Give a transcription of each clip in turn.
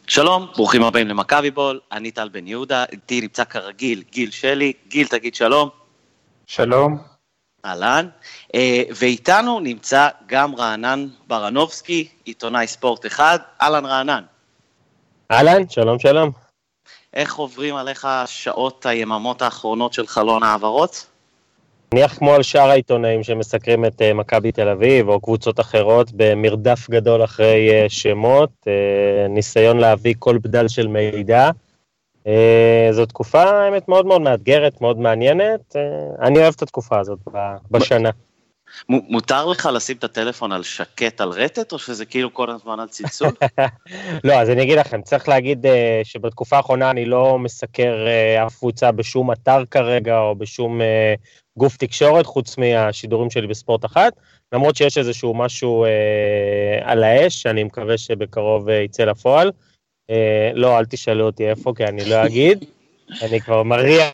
שלום, ברוכים הבאים למכבי בול, אני טל בן יהודה, איתי נמצא כרגיל גיל שלי, גיל תגיד שלום. שלום. אהלן, ואיתנו נמצא גם רענן ברנובסקי, עיתונאי ספורט אחד, אהלן רענן. אהלן, שלום שלום. איך עוברים עליך שעות היממות האחרונות של חלון העברות? נניח כמו על שאר העיתונאים שמסקרים את מכבי תל אביב או קבוצות אחרות במרדף גדול אחרי שמות, ניסיון להביא כל בדל של מידע. זו תקופה האמת מאוד מאוד מאתגרת, מאוד מעניינת. אני אוהב את התקופה הזאת בשנה. מותר לך לשים את הטלפון על שקט על רטט, או שזה כאילו כל הזמן על צלצול? לא, אז אני אגיד לכם, צריך להגיד שבתקופה האחרונה אני לא מסקר אף קבוצה בשום אתר כרגע, או בשום גוף תקשורת, חוץ מהשידורים שלי בספורט אחת, למרות שיש איזשהו משהו על האש, שאני מקווה שבקרוב יצא לפועל. לא, אל תשאלו אותי איפה, כי אני לא אגיד. אני כבר מריח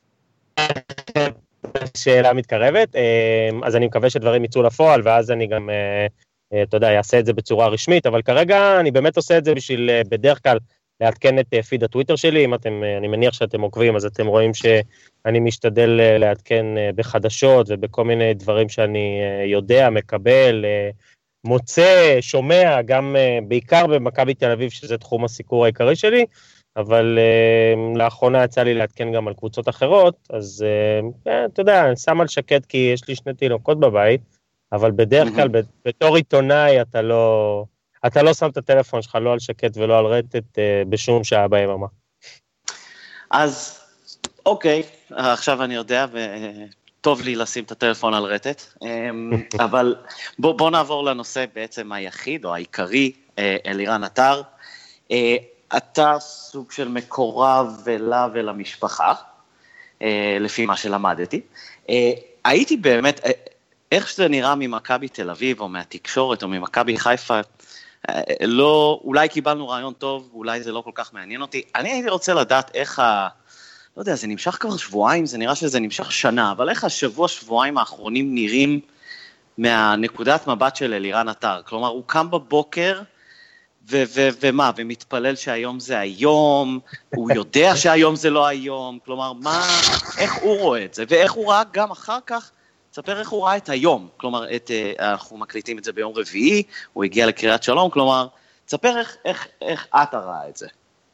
שאלה מתקרבת, אז אני מקווה שדברים יצאו לפועל, ואז אני גם, אתה יודע, אעשה את זה בצורה רשמית, אבל כרגע אני באמת עושה את זה בשביל, בדרך כלל, לעדכן את פיד הטוויטר שלי. אם אתם, אני מניח שאתם עוקבים, אז אתם רואים שאני משתדל לעדכן בחדשות, ובכל מיני דברים שאני יודע, מקבל, מוצא, שומע, גם בעיקר במכבי תל אביב, שזה תחום הסיקור העיקרי שלי, אבל לאחרונה יצא לי לעדכן גם על קבוצות אחרות, אז אתה יודע, אני שם על שקט כי יש לי שני תינוקות בבית, אבל בדרך כלל בתור עיתונאי אתה לא שם את הטלפון שלך לא על שקט ולא על רטט בשום שעה ביממה. אז אוקיי, עכשיו אני יודע וטוב לי לשים את הטלפון על רטט, אבל בוא נעבור לנושא בעצם היחיד או העיקרי, אלירן עטר. אתה סוג של מקורב ולה ולמשפחה, לפי מה שלמדתי. הייתי באמת, איך שזה נראה ממכבי תל אביב, או מהתקשורת, או ממכבי חיפה, לא, אולי קיבלנו רעיון טוב, אולי זה לא כל כך מעניין אותי. אני הייתי רוצה לדעת איך לא יודע, זה נמשך כבר שבועיים, זה נראה שזה נמשך שנה, אבל איך שבועיים האחרונים נראים מהנקודת מבט של אלירן עטר? כלומר, הוא קם בבוקר, ומה, ומתפלל שהיום זה היום, הוא יודע שהיום זה לא היום, כלומר, איך הוא רואה את זה, ואיך הוא ראה גם אחר כך, תספר איך הוא ראה את היום, כלומר, אנחנו מקליטים את זה ביום רביעי, הוא הגיע לקריית שלום, כלומר, תספר איך אתה ראה את זה.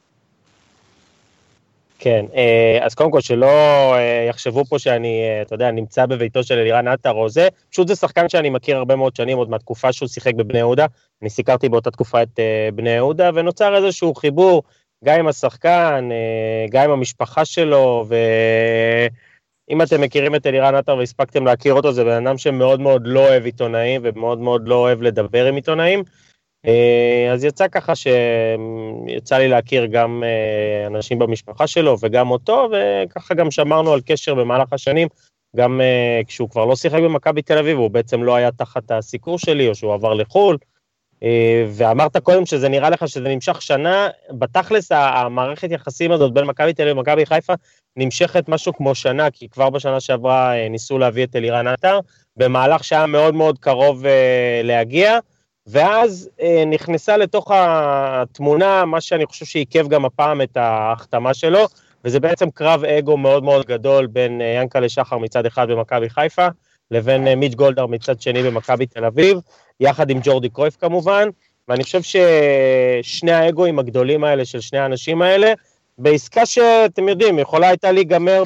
כן, אז קודם כל שלא יחשבו פה שאני, אתה יודע, נמצא בביתו של אלירן עטר או זה, פשוט זה שחקן שאני מכיר הרבה מאוד שנים, עוד מהתקופה שהוא שיחק בבני יהודה, אני סיקרתי באותה תקופה את בני יהודה, ונוצר איזשהו חיבור, גם עם השחקן, גם עם המשפחה שלו, ואם אתם מכירים את אלירן עטר והספקתם להכיר אותו, זה בן אדם שמאוד מאוד לא אוהב עיתונאים, ומאוד מאוד לא אוהב לדבר עם עיתונאים, אז יצא ככה שיצא לי להכיר גם אנשים במשפחה שלו וגם אותו, וככה גם שמרנו על קשר במהלך השנים, גם כשהוא כבר לא שיחק במכבי תל אביב, הוא בעצם לא היה תחת הסיקור שלי, או שהוא עבר לחול, ואמרת קודם שזה נראה לך שזה נמשך שנה, בתכלס המערכת יחסים הזאת בין מכבי תל אביב ומכבי חיפה, נמשכת משהו כמו שנה, כי כבר בשנה שעברה ניסו להביא את אלירן עטר, במהלך שהיה מאוד מאוד קרוב להגיע, ואז נכנסה לתוך התמונה, מה שאני חושב שעיכב גם הפעם את ההחתמה שלו, וזה בעצם קרב אגו מאוד מאוד גדול בין ינקלה שחר מצד אחד במכבי חיפה, לבין מיץ' גולדהר מצד שני במכבי תל אביב, יחד עם ג'ורדי קרויף כמובן, ואני חושב ששני האגואים הגדולים האלה של שני האנשים האלה, בעסקה שאתם יודעים, יכולה הייתה להיגמר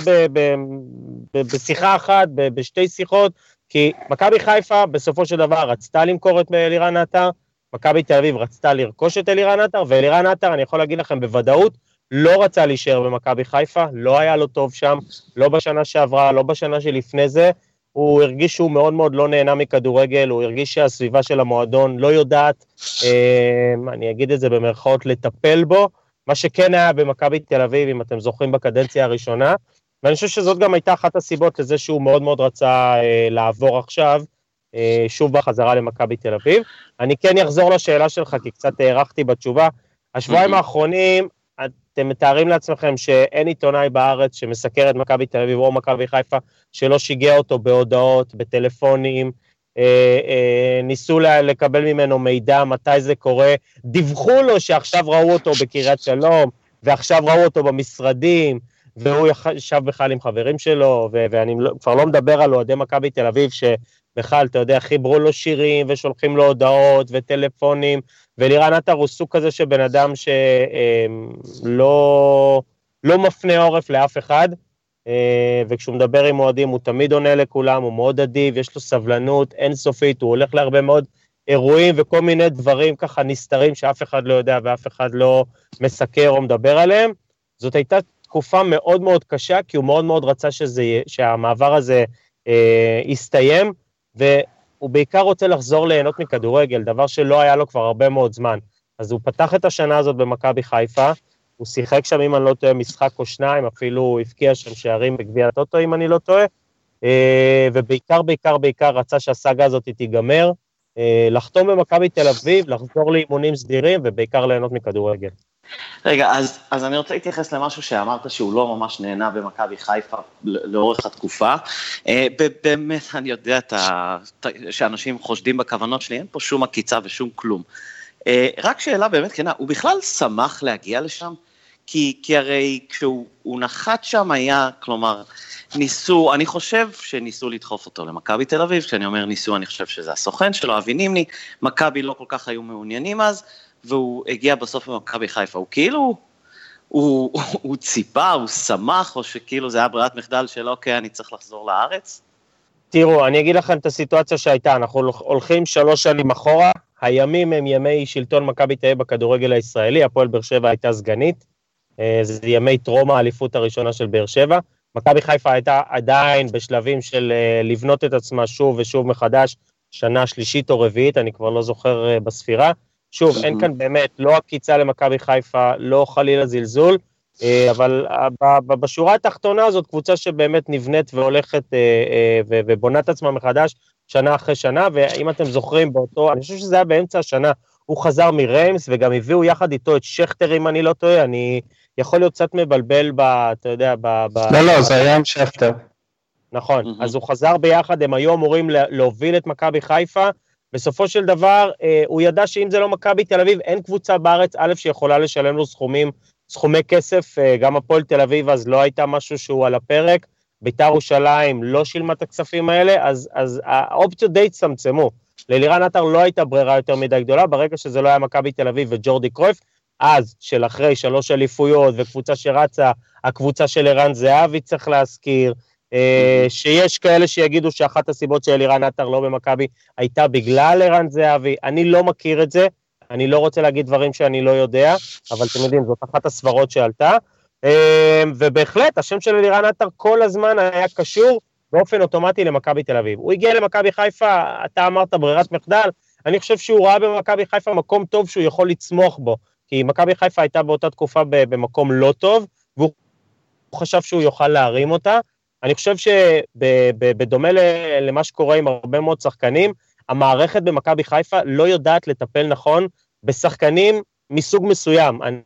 בשיחה אחת, בשתי שיחות, כי מכבי חיפה בסופו של דבר רצתה למכור את אלירן עטר, מכבי תל אביב רצתה לרכוש את אלירן עטר, ואלירן עטר, אני יכול להגיד לכם בוודאות, לא רצה להישאר במכבי חיפה, לא היה לו טוב שם, לא בשנה שעברה, לא בשנה שלפני זה, הוא הרגיש שהוא מאוד מאוד לא נהנה מכדורגל, הוא הרגיש שהסביבה של המועדון לא יודעת, אני אגיד את זה במרכאות, לטפל בו, מה שכן היה במכבי תל אביב, אם אתם זוכרים בקדנציה הראשונה, ואני חושב שזאת גם הייתה אחת הסיבות לזה שהוא מאוד מאוד רצה לעבור עכשיו, שוב בחזרה למכבי תל אביב. אני כן אחזור לשאלה שלך, כי קצת הערכתי בתשובה. השבועיים האחרונים, אתם מתארים לעצמכם שאין עיתונאי בארץ שמסקר את מכבי תל אביב או מכבי חיפה, שלא שיגע אותו בהודעות, בטלפונים, ניסו לקבל ממנו מידע מתי זה קורה, דיווחו לו שעכשיו ראו אותו בקריית שלום, ועכשיו ראו אותו במשרדים, והוא ישב בכלל עם חברים שלו, ואני כבר לא מדבר על אוהדי מכבי תל אביב, שבכלל, אתה יודע, חיברו לו שירים, ושולחים לו הודעות, וטלפונים, ולירן עטר הוא סוג כזה שבן אדם שלא מפנה עורף לאף אחד, וכשהוא מדבר עם אוהדים, הוא תמיד עונה לכולם, הוא מאוד אדיב, יש לו סבלנות אינסופית, הוא הולך להרבה מאוד אירועים, וכל מיני דברים ככה נסתרים, שאף אחד לא יודע, ואף אחד לא מסקר או מדבר עליהם. זאת הייתה תקופה מאוד מאוד קשה, כי הוא מאוד מאוד רצה שהמעבר הזה יסתיים, והוא בעיקר רוצה לחזור ליהנות מכדורגל, דבר שלא היה לו כבר הרבה מאוד זמן. אז הוא פתח את השנה הזאת במכבי חיפה, הוא שיחק שם, אם אני לא טועה, משחק או שניים, אפילו הוא הפקיע שם שערים בגביע הטוטו, אם אני לא טועה, ובעיקר רצה שהסאגה הזאת תיגמר, לחתום במכבי תל אביב, לחזור לאימונים סדירים, ובעיקר ליהנות מכדורגל. רגע, אז אני רוצה להתייחס למשהו שאמרת שהוא לא ממש נהנה במכבי חיפה לאורך התקופה. באמת אני יודע שאנשים חושדים בכוונות שלי, אין פה שום עקיצה ושום כלום. רק שאלה באמת כנה, הוא בכלל שמח להגיע לשם? כי הרי כשהוא נחת שם היה, כלומר, אני חושב שניסו לדחוף אותו למכבי תל אביב, כשאני אומר ניסו, אני חושב שזה הסוכן שלו, אבי נימני, מכבי לא כל כך היו מעוניינים אז, והוא הגיע בסוף במכבי חיפה, הוא כאילו, הוא ציפה, הוא שמח, או שכאילו זה היה ברירת מחדל של אוקיי, אני צריך לחזור לארץ? תראו, אני אגיד לכם את הסיטואציה שהייתה, אנחנו הולכים 3 שנים אחורה, הימים הם ימי שלטון מכבי תל אביב בכדורגל הישראלי, הפועל באר שבע הייתה סגנית, זה ימי טרום האליפות הראשונה של באר שבע, מכבי חיפה הייתה עדיין בשלבים של לבנות את עצמה שוב ושוב מחדש, שנה שלישית או רביעית, אני כבר לא זוכר בספירה, שוב, אין כאן באמת, לא עקיצה למכבי חיפה, לא חלילה זלזול, אבל בשורה התחתונה הזאת, קבוצה שבאמת נבנית והולכת ובונה את עצמה מחדש, שנה אחרי שנה, ואם אתם זוכרים באותו, אני חושב שזה היה באמצע השנה, הוא חזר מריימס, וגם הביאו יחד איתו את שכטר, אם אני לא טועה, אני יכול להיות קצת מבלבל אתה יודע, לא, זה היה עם שכטר. נכון, אז הוא חזר ביחד, הם היו אמורים להוביל את מכבי חיפה, בסופו של דבר, הוא ידע שאם זה לא מכבי תל אביב, אין קבוצה בארץ, א' שיכולה לשלם לו סכומי כסף, גם הפועל תל אביב, אז לא הייתה משהו שהוא על הפרק, בית"ר ירושלים לא שילמה את הכספים האלה, אז האופציות די צמצמו, ללירן עטר לא הייתה ברירה יותר מדי גדולה, ברגע שזה לא היה מכבי תל אביב וג'ורדי קרויף, אז של אחרי 3 אליפויות וקבוצה שרצה, הקבוצה של ערן זהבי צריך להזכיר, שיש כאלה שיגידו שאחת הסיבות של לירן עטר לא במכבי הייתה בגלל ערן זהבי, אני לא מכיר את זה, אני לא רוצה להגיד דברים שאני לא יודע, אבל אתם יודעים, זאת אחת הסברות שעלתה, ובהחלט השם של לירן עטר כל הזמן היה קשור באופן אוטומטי למכבי תל אביב, הוא הגיע למכבי חיפה, אתה אמרת ברירת מחדל, אני חושב שהוא ראה במכבי חיפה מקום טוב שהוא יכול לצמוח בו, כי מכבי חיפה הייתה באותה תקופה במקום לא טוב, והוא חשב שהוא יוכל להרים אותה, אני חושב שבדומה למה שקורה עם הרבה מאוד שחקנים, המערכת במכבי חיפה לא יודעת לטפל נכון בשחקנים מסוג מסוים. אני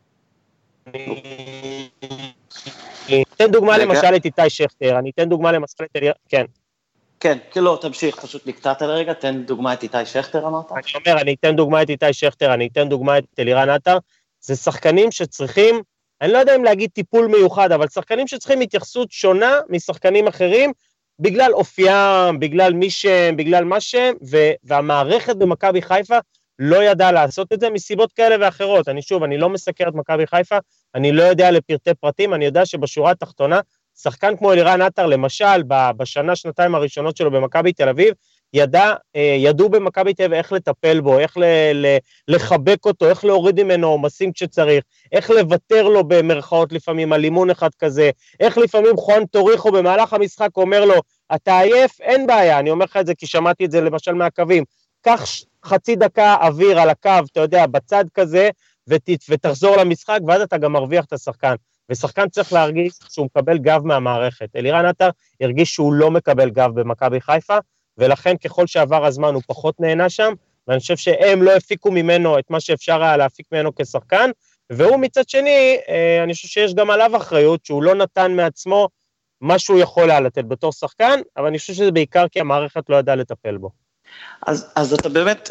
אתן דוגמה למשל את איתי שכטר, אני אתן דוגמה למשל את כן. כן, כאילו תמשיך, פשוט נקטעת לרגע, תן דוגמה את איתי שכטר אמרת? אני אתן דוגמה את איתי שכטר, אני אתן דוגמה את לירן עטר, זה שחקנים שצריכים, אני לא יודע אם להגיד טיפול מיוחד, אבל שחקנים שצריכים התייחסות שונה משחקנים אחרים, בגלל אופיים, בגלל מי שהם, בגלל מה שהם, והמערכת במכבי חיפה לא ידעה לעשות את זה מסיבות כאלה ואחרות. אני לא מסקר את מכבי חיפה, אני לא יודע לפרטי פרטים, אני יודע שבשורה התחתונה, שחקן כמו לירן עטר, למשל, בשנה, שנתיים הראשונות שלו במכבי תל אביב, ידעו במכבי תל אביב איך לטפל בו, איך לחבק אותו, איך להוריד ממנו עומסים כשצריך, איך לוותר לו במרכאות לפעמים על אימון אחד כזה, איך לפעמים חואן טוריחו במהלך המשחק אומר לו, אתה עייף, אין בעיה, אני אומר לך את זה כי שמעתי את זה למשל מהקווים, קח חצי דקה אוויר על הקו, אתה יודע, בצד כזה, ותחזור למשחק, ואז אתה גם מרוויח את השחקן, ושחקן צריך להרגיש שהוא מקבל גב מהמערכת, לירן עטר הרגיש שהוא לא מקבל גב במכבי חיפה, ולכן ככל שעבר הזמן הוא פחות נהנה שם, ואני חושב שהם לא הפיקו ממנו את מה שאפשר היה להפיק ממנו כשחקן, והוא מצד שני, אני חושב שיש גם עליו אחריות, שהוא לא נתן מעצמו מה שהוא יכול היה לתת בתור שחקן, אבל אני חושב שזה בעיקר כי המערכת לא ידעה לטפל בו. אז אתה באמת,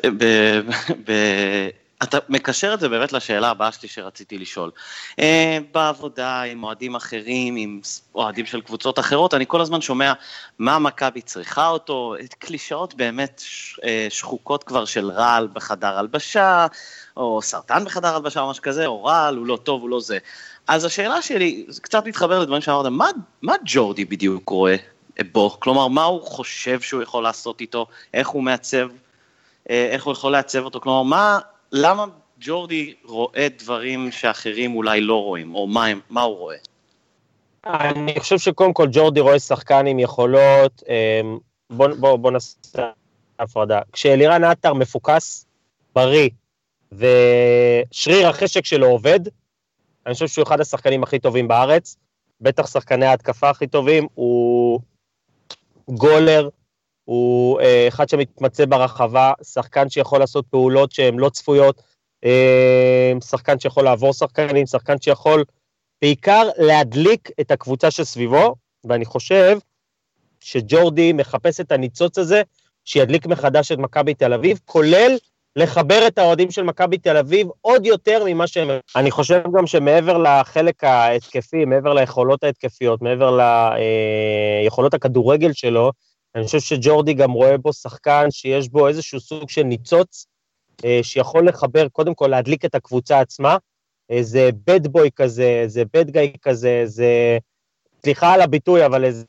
אתה מקשר את זה באמת לשאלה הבאה שלי שרציתי לשאול. בעבודה עם אוהדים אחרים, עם אוהדים של קבוצות אחרות, אני כל הזמן שומע מה מכבי צריכה אותו, את קלישאות באמת שחוקות כבר של רעל בחדר הלבשה, או סרטן בחדר הלבשה או משהו כזה, או רעל, הוא לא טוב, הוא לא זה. אז השאלה שלי, זה קצת מתחבר לדברים שאמרת, מה ג'ורדי בדיוק רואה בו? כלומר, מה הוא חושב שהוא יכול לעשות איתו, איך הוא מעצב, איך הוא יכול לעצב אותו, כלומר, למה ג'ורדי רואה דברים שאחרים אולי לא רואים, או מה הוא רואה? אני חושב שקודם כל ג'ורדי רואה שחקן עם יכולות, בוא נעשה הפרדה. כשאלירן עטר מפוקס, בריא, ושריר החשק שלו עובד, אני חושב שהוא אחד השחקנים הכי טובים בארץ, בטח שחקני ההתקפה הכי טובים, הוא גולר, הוא אחד שמתמצא ברחבה, שחקן שיכול לעשות פעולות שהן לא צפויות, שחקן שיכול לעבור שחקנים, שחקן שיכול בעיקר להדליק את הקבוצה שסביבו, ואני חושב שג'ורדי מחפש את הניצוץ הזה, שידליק מחדש את מכבי תל אביב, כולל לחבר את האוהדים של מכבי תל אביב עוד יותר ממה שהם... אני חושב גם שמעבר לחלק ההתקפי, מעבר ליכולות ההתקפיות, מעבר ליכולות הכדורגל שלו, אני חושב שג'ורדי גם רואה בו שחקן שיש בו איזשהו סוג של ניצוץ, שיכול לחבר, קודם כל להדליק את הקבוצה עצמה, זה בד בוי כזה, זה בד גאי כזה, זה, סליחה על הביטוי, אבל איזה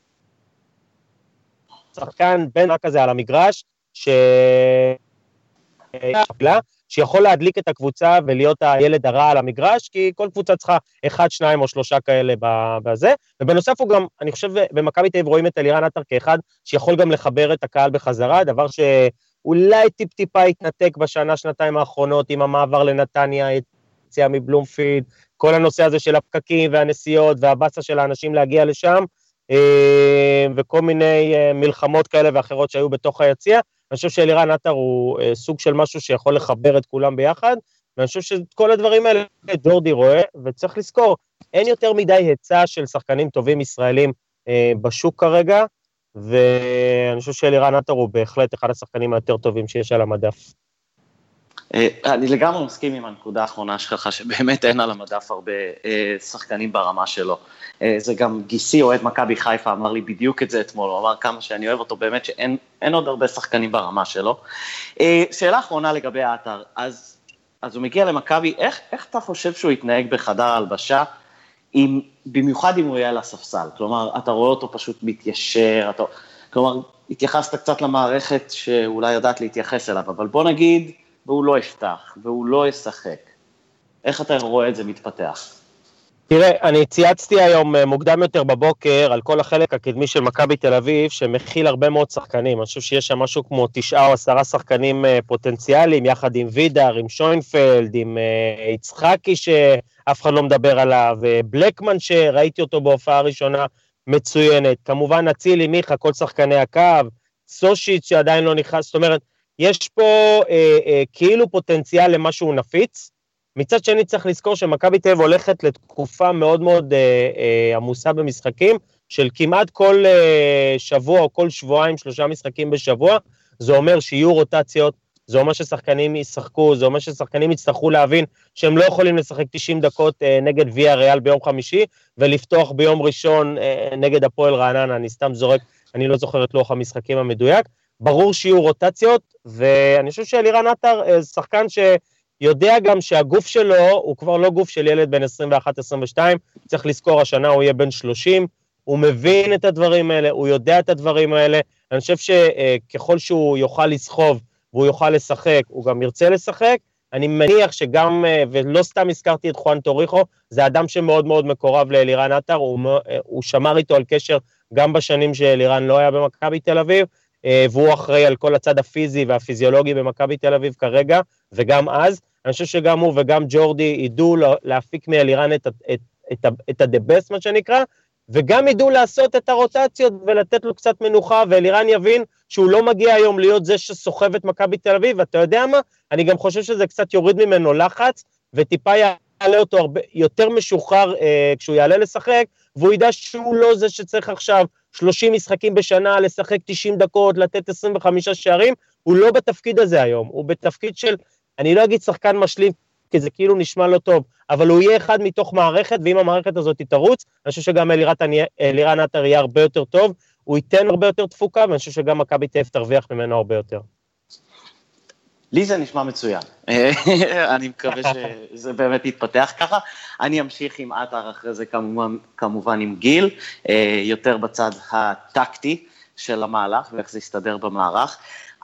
שחקן בן רק כזה על המגרש, שיכול להדליק את הקבוצה ולהיות הילד הרע על המגרש, כי כל קבוצה צריכה 1, 2 או 3 כאלה בזה, ובנוסף הוא גם, אני חושב, במכבי תל אביב רואים את אלירן עטר כאחד, שיכול גם לחבר את הקהל בחזרה, דבר שאולי טיפה התנתק בשנה, שנתיים האחרונות, עם המעבר לנתניה, יציאה מבלומפילד, כל הנושא הזה של הפקקים והנסיעות, והבאסה של האנשים להגיע לשם, וכל מיני מלחמות כאלה ואחרות שהיו בתוך היציאה, אני חושב שאלירן עטר הוא סוג של משהו שיכול לחבר את כולם ביחד, ואני חושב שכל הדברים האלה ג'ורדי רואה, וצריך לזכור, אין יותר מדי היצע של שחקנים טובים ישראלים בשוק כרגע, ואני חושב שאלירן עטר הוא בהחלט אחד השחקנים היותר טובים שיש על המדף. אני לגמרי מסכים עם הנקודה האחרונה שלך, שבאמת אין על המדף הרבה שחקנים ברמה שלו. זה גם גיסי, אוהד מכבי חיפה, אמר לי בדיוק את זה אתמול, הוא אמר כמה שאני אוהב אותו, באמת שאין עוד הרבה שחקנים ברמה שלו. שאלה אחרונה לגבי עטר, אז הוא מגיע למכבי, איך אתה חושב שהוא יתנהג בחדר הלבשה, במיוחד אם הוא יהיה על הספסל? כלומר, אתה רואה אותו פשוט מתיישר, כלומר, התייחסת קצת למערכת שאולי יודעת להתייחס אליו, אבל בוא נגיד, והוא לא יפתח, והוא לא ישחק. איך אתה רואה את זה מתפתח? תראה, אני צייצתי היום מוקדם יותר בבוקר על כל החלק הקדמי של מכבי תל אביב, שמכיל הרבה מאוד שחקנים. אני חושב שיש שם משהו כמו 9 או 10 שחקנים פוטנציאליים, יחד עם וידר, עם שוינפלד, עם יצחקי שאף אחד לא מדבר עליו, בלקמן שראיתי אותו בהופעה הראשונה מצוינת, כמובן אצילי, מיכה, כל שחקני הקו, סושיץ' שעדיין לא נכנס, זאת אומרת, יש פה כאילו פוטנציאל למשהו נפיץ, מצד שני צריך לזכור שמכבי תל אביב הולכת לתקופה מאוד מאוד עמוסה במשחקים, של כמעט כל שבוע או כל שבועיים 3 משחקים בשבוע, זה אומר שיהיו רוטציות, זה אומר ששחקנים ישחקו, זה אומר ששחקנים יצטרכו להבין שהם לא יכולים לשחק 90 דקות נגד ויה ריאל ביום חמישי, ולפתוח ביום ראשון נגד הפועל רעננה, אני סתם זורק, אני לא זוכר את לוח המשחקים המדויק, ברור שיהיו רוטציות, ואני חושב שאלירן עטר שחקן שיודע גם שהגוף שלו הוא כבר לא גוף של ילד בין 21-22, צריך לזכור השנה הוא יהיה בין 30, הוא מבין את הדברים האלה, הוא יודע את הדברים האלה, אני חושב שככל שהוא יוכל לסחוב והוא יוכל לשחק, הוא גם ירצה לשחק, אני מניח שגם, ולא סתם הזכרתי את חואן טוריחו, זה אדם שמאוד מאוד מקורב לאלירן עטר, הוא שמר איתו על קשר גם בשנים שאלירן לא היה במכבי תל אביב, והוא אחראי על כל הצד הפיזי והפיזיולוגי במכבי תל אביב כרגע, וגם אז, אני חושב שגם הוא וגם ג'ורדי ידעו להפיק מאלירן את הדבס, מה שנקרא, וגם ידעו לעשות את הרוטציות ולתת לו קצת מנוחה, ואלירן יבין שהוא לא מגיע היום להיות זה שסוחב את מכבי תל אביב, ואתה יודע מה? אני גם חושב שזה קצת יוריד ממנו לחץ, וטיפה יעלה אותו יותר משוחרר כשהוא יעלה לשחק, והוא ידע שהוא לא זה שצריך עכשיו 30 משחקים בשנה, לשחק 90 דקות, לתת 25 שערים, הוא לא בתפקיד הזה היום, הוא בתפקיד של, אני לא אגיד שחקן משלים, כי זה כאילו נשמע לא טוב, אבל הוא יהיה אחד מתוך מערכת, ואם המערכת הזאת תרוץ, אני חושב שגם אלירן עטר יהיה הרבה יותר טוב, הוא ייתן הרבה יותר תפוקה, ואני חושב שגם מכבי תל אביב תרוויח ממנו הרבה יותר. לי זה נשמע מצוין, אני מקווה שזה באמת יתפתח ככה, אני אמשיך עם עטר אחרי זה כמובן עם גיל, יותר בצד הטקטי של המהלך, ואיך זה יסתדר במערך.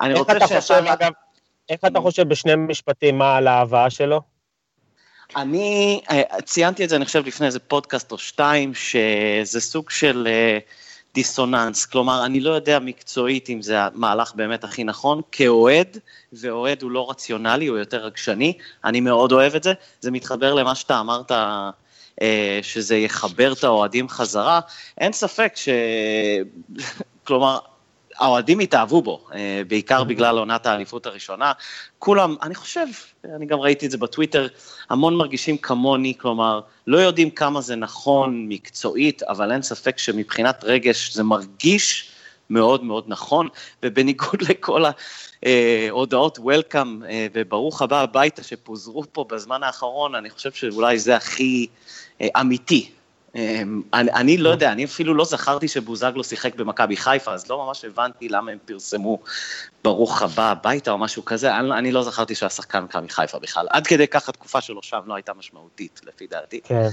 איך אתה חושב בשני משפטים מה על ההבאה שלו? אני ציינתי את זה, אני חושב לפני איזה פודקאסט או שתיים, שזה סוג של דיסוננס, כלומר, אני לא יודע מקצועית אם זה המהלך באמת הכי נכון, כאוהד, ואוהד הוא לא רציונלי, הוא יותר רגשני, אני מאוד אוהב את זה, זה מתחבר למה שאתה אמרת, שזה יחבר את האוהדים חזרה, אין ספק כלומר, האוהדים התאהבו בו, בעיקר בגלל עונת האליפות הראשונה, כולם, אני חושב, אני גם ראיתי את זה בטוויטר, המון מרגישים כמוני, כלומר, לא יודעים כמה זה נכון מקצועית, אבל אין ספק שמבחינת רגש זה מרגיש מאוד מאוד נכון, ובניגוד לכל ההודעות וולקאם וברוך הבא הביתה שפוזרו פה בזמן האחרון, אני חושב שאולי זה הכי אמיתי, אני לא יודע, אני אפילו לא זכרתי שבוזגלו שיחק במכבי חיפה, אז לא ממש הבנתי למה הם פרסמו ברוך הבא הביתה או משהו כזה, אני לא זכרתי שהוא השחקן מכבי חיפה בכלל, עד כדי כך התקופה שלו שם לא הייתה משמעותית, לפי דעתי. כן.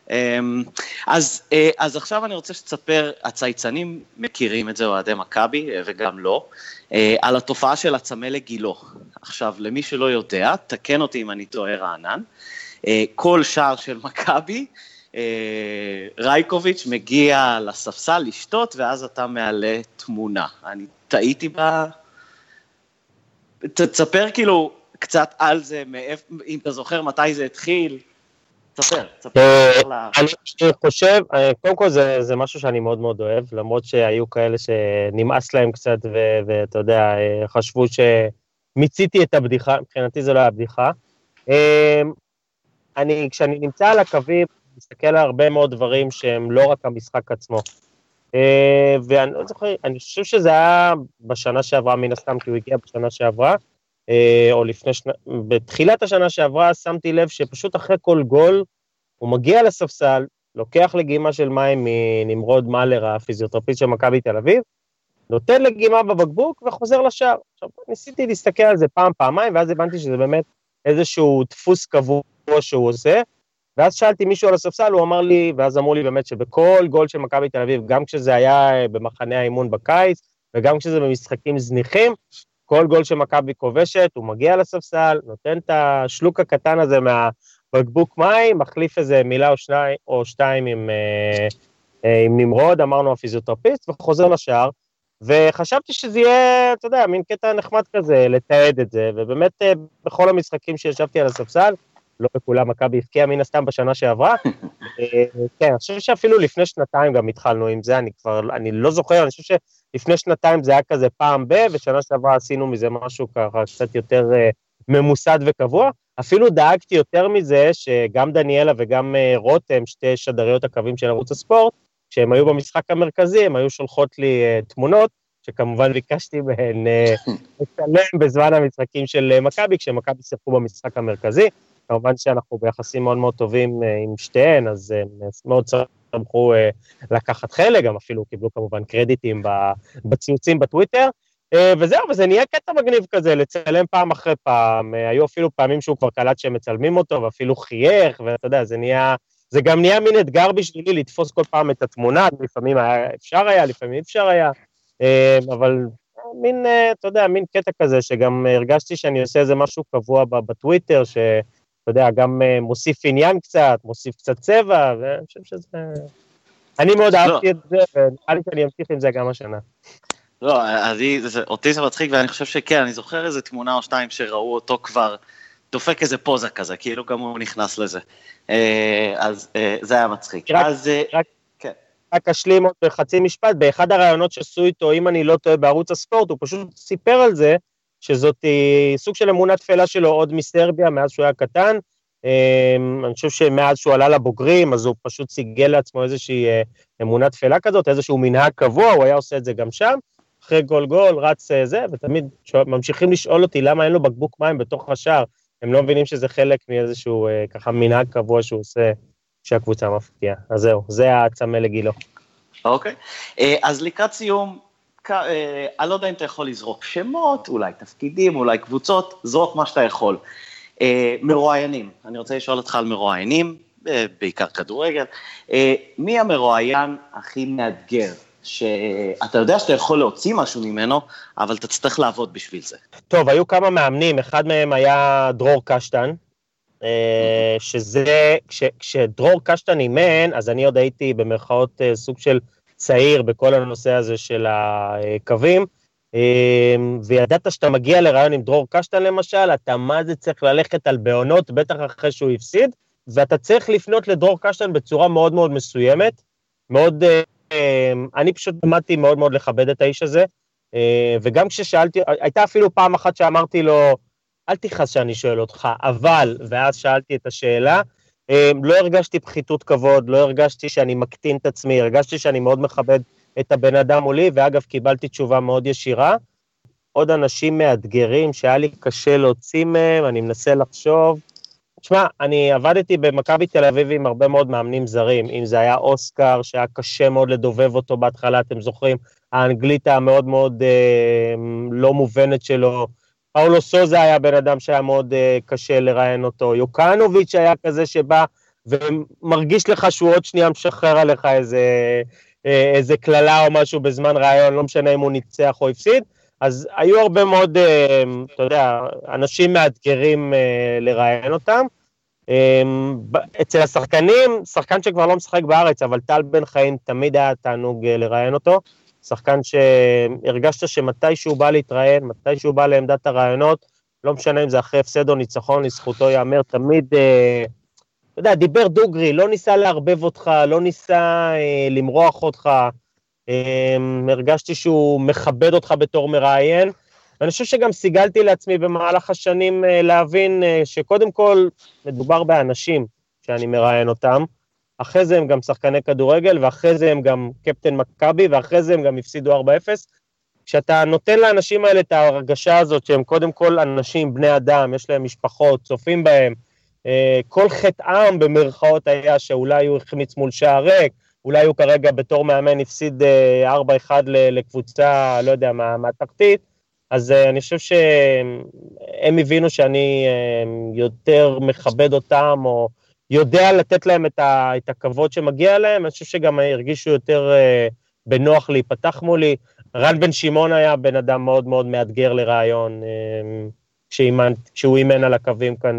אז עכשיו אני רוצה שתספר, הצייצנים מכירים את זה, אוהדי מכבי, וגם לא, על התופעה של הצמא לגילו. עכשיו, למי שלא יודע, תקן אותי אם אני טועה רענן, כל שער של מכבי, רייקוביץ' מגיע לספסל לשתות, ואז אתה מעלה תמונה. אני טעיתי בה, תספר כאילו קצת על זה, אם אתה זוכר מתי זה התחיל, תספר. אני חושב, קודם כל זה משהו שאני מאוד מאוד אוהב, למרות שהיו כאלה שנמאס להם קצת, ואתה יודע, חשבו שמיציתי את הבדיחה, מבחינתי זה לא היה בדיחה. כשאני נמצא על הקווים, מסתכל על הרבה מאוד דברים שהם לא רק המשחק עצמו. ואני לא זוכר, אני חושב שזה היה בשנה שעברה, מן הסתם, כי הוא הגיע בשנה שעברה, או בתחילת השנה שעברה, שמתי לב שפשוט אחרי כל גול, הוא מגיע לספסל, לוקח לגימה של מים מנמרוד מאלר, הפיזיותרפיסט של מכבי תל אביב, נותן לגימה בבקבוק וחוזר לשער. עכשיו, ניסיתי להסתכל על זה פעמיים, ואז הבנתי שזה באמת איזשהו דפוס קבוע שהוא עושה, ואז שאלתי מישהו על הספסל, הוא אמר לי, ואז אמרו לי באמת שבכל גול של מכבי תל אביב, גם כשזה היה במחנה האימון בקיץ, וגם כשזה במשחקים זניחים, כל גול של מכבי כובשת, הוא מגיע לספסל, נותן את השלוק הקטן הזה מהבקבוק מים, מחליף איזה מילה או שתיים עם נמרוד, אמרנו הפיזיותרפיסט, וחוזר לשער, וחשבתי שזה יהיה, אתה יודע, מין קטע נחמד כזה, לתעד את זה, ובאמת בכל המשחקים שישבתי על הספסל, לא בכולם מכבי הפקיע מן הסתם בשנה שעברה, כן, אני חושב שאפילו לפני שנתיים גם התחלנו עם זה, אני לא זוכר, אני חושב שלפני שנתיים זה היה כזה פעם ושנה שעברה עשינו מזה משהו ככה קצת יותר ממוסד וקבוע, אפילו דאגתי יותר מזה שגם דניאלה וגם רותם, שתי שדריות הקווים של ערוץ הספורט, כשהם היו במשחק המרכזי, הם היו שולחות לי תמונות, שכמובן ביקשתי בהן לצלם בזמן המשחקים של מכבי, כשמכבי שיחקו במשחק המרכזי, כמובן שאנחנו ביחסים מאוד מאוד טובים עם שתיהן, אז מאוד שמחו לקחת חלק, גם אפילו קיבלו כמובן קרדיטים בציוצים בטוויטר, וזהו, וזה נהיה קטע מגניב כזה, לצלם פעם אחרי פעם, היו אפילו פעמים שהוא כבר קלט שהם מצלמים אותו, ואפילו חייך, ואתה יודע, זה גם נהיה מין אתגר בשבילי לתפוס כל פעם את התמונה, לפעמים אפשר היה, לפעמים אפשר היה, אבל מין, אתה יודע, מין קטע כזה, שגם הרגשתי שאני עושה איזה משהו קבוע בטוויטר, אתה יודע, גם מוסיף עניין קצת, מוסיף קצת צבע, ואני חושב שזה... אני מאוד אהבתי את זה, ונראה לי שאני אמשיך עם זה גם השנה. לא, אותי זה מצחיק, ואני חושב שכן, אני זוכר איזה תמונה או שתיים שראו אותו כבר דופק איזה פוזה כזה, כאילו גם הוא נכנס לזה. אז זה היה מצחיק. רק אשלים עוד בחצי משפט, באחד הרעיונות שעשו איתו, אם אני לא טועה בערוץ הספורט, הוא פשוט סיפר על זה, שזאת סוג של אמונה תפלה שלו עוד מסרביה, מאז שהוא היה קטן, אני חושב שמאז שהוא עלה לבוגרים, אז הוא פשוט סיגל לעצמו איזושהי אמונה תפלה כזאת, איזשהו מנהג קבוע, הוא היה עושה את זה גם שם, אחרי גול, רץ זה, ותמיד ממשיכים לשאול אותי למה אין לו בקבוק מים בתוך השער, הם לא מבינים שזה חלק מאיזשהו ככה מנהג קבוע שהוא עושה שהקבוצה מפתיעה. אז זהו, זה הצמא לגילו. אוקיי, אז לקראת סיום, אני לא יודע אם אתה יכול לזרוק שמות, אולי תפקידים, אולי קבוצות, זרוק מה שאתה יכול. מרואיינים, אני רוצה לשאול אותך על מרואיינים, בעיקר כדורגל, מי המרואיין הכי מאתגר, שאתה יודע שאתה יכול להוציא משהו ממנו, אבל אתה צריך לעבוד בשביל זה? טוב, היו כמה מאמנים, אחד מהם היה דרור קשטן, שזה, כשדרור קשטן אימן, אז אני עוד הייתי במרכאות סוג של צעיר בכל הנושא הזה של הקווים, וידעת שאתה מגיע לרעיון עם דרור קשטן למשל, אתה מה זה צריך ללכת על בעונות, בטח אחרי שהוא הפסיד, ואתה צריך לפנות לדרור קשטן בצורה מאוד מאוד מסוימת, מאוד, אני פשוט למדתי מאוד מאוד לכבד את האיש הזה, וגם כששאלתי, הייתה אפילו פעם אחת שאמרתי לו, אל תכעס שאני שואל אותך, אבל, ואז שאלתי את השאלה, לא הרגשתי פחיתות כבוד, לא הרגשתי שאני מקטין את עצמי, הרגשתי שאני מאוד מכבד את הבן אדם מולי, ואגב קיבלתי תשובה מאוד ישירה. עוד אנשים מאתגרים שהיה לי קשה להוציא מהם, אני מנסה לחשוב. תשמע, אני עבדתי במכבי תל אביב עם הרבה מאוד מאמנים זרים, אם זה היה אוסקר, שהיה קשה מאוד לדובב אותו בהתחלה, אתם זוכרים, האנגלית המאוד מאוד לא מובנת שלו, פאולו סוזה היה בן אדם שהיה מאוד קשה לראיין אותו, יוקנוביץ' היה כזה שבא ומרגיש לך שהוא עוד שנייה משחרר עליך איזה כללה או משהו בזמן ראיון, לא משנה אם הוא ניצח או הפסיד, אז היו הרבה מאוד, אתה יודע, אנשים מאתגרים לראיין אותם. אצל השחקנים, שחקן שכבר לא משחק בארץ, אבל טל בן חיים תמיד היה תענוג לראיין אותו, שחקן שהרגשת שמתי שהוא בא להתראיין, מתי שהוא בא לעמדת הרעיונות, לא משנה אם זה אחרי הפסד או ניצחון, לזכותו יאמר, תמיד, אתה יודע, דיבר דוגרי, לא ניסה להרבב אותך, לא ניסה למרוח אותך, הרגשתי שהוא מכבד אותך בתור מראיין, ואני חושב שגם סיגלתי לעצמי במהלך השנים להבין שקודם כל מדובר באנשים שאני מראיין אותם, אחרי זה הם גם שחקני כדורגל, ואחרי זה הם גם קפטן מכבי, ואחרי זה הם גם הפסידו 4-0, כשאתה נותן לאנשים האלה את ההרגשה הזאת, שהם קודם כל אנשים, בני אדם, יש להם משפחות, צופים בהם, כל חטאם במרכאות היה שאולי הוא החמיץ מול שער ריק, אולי הוא כרגע בתור מאמן הפסיד 4-1 לקבוצה, לא יודע, מהתחתית, אז אני חושב שהם הבינו שאני יותר מכבד אותם, או יודע לתת להם את הכבוד שמגיע להם, אני חושב שגם הרגישו יותר בנוח להיפתח מולי, רן בן שמעון היה בן אדם מאוד מאוד מאתגר לרעיון, כשהוא אימן על הקווים כאן,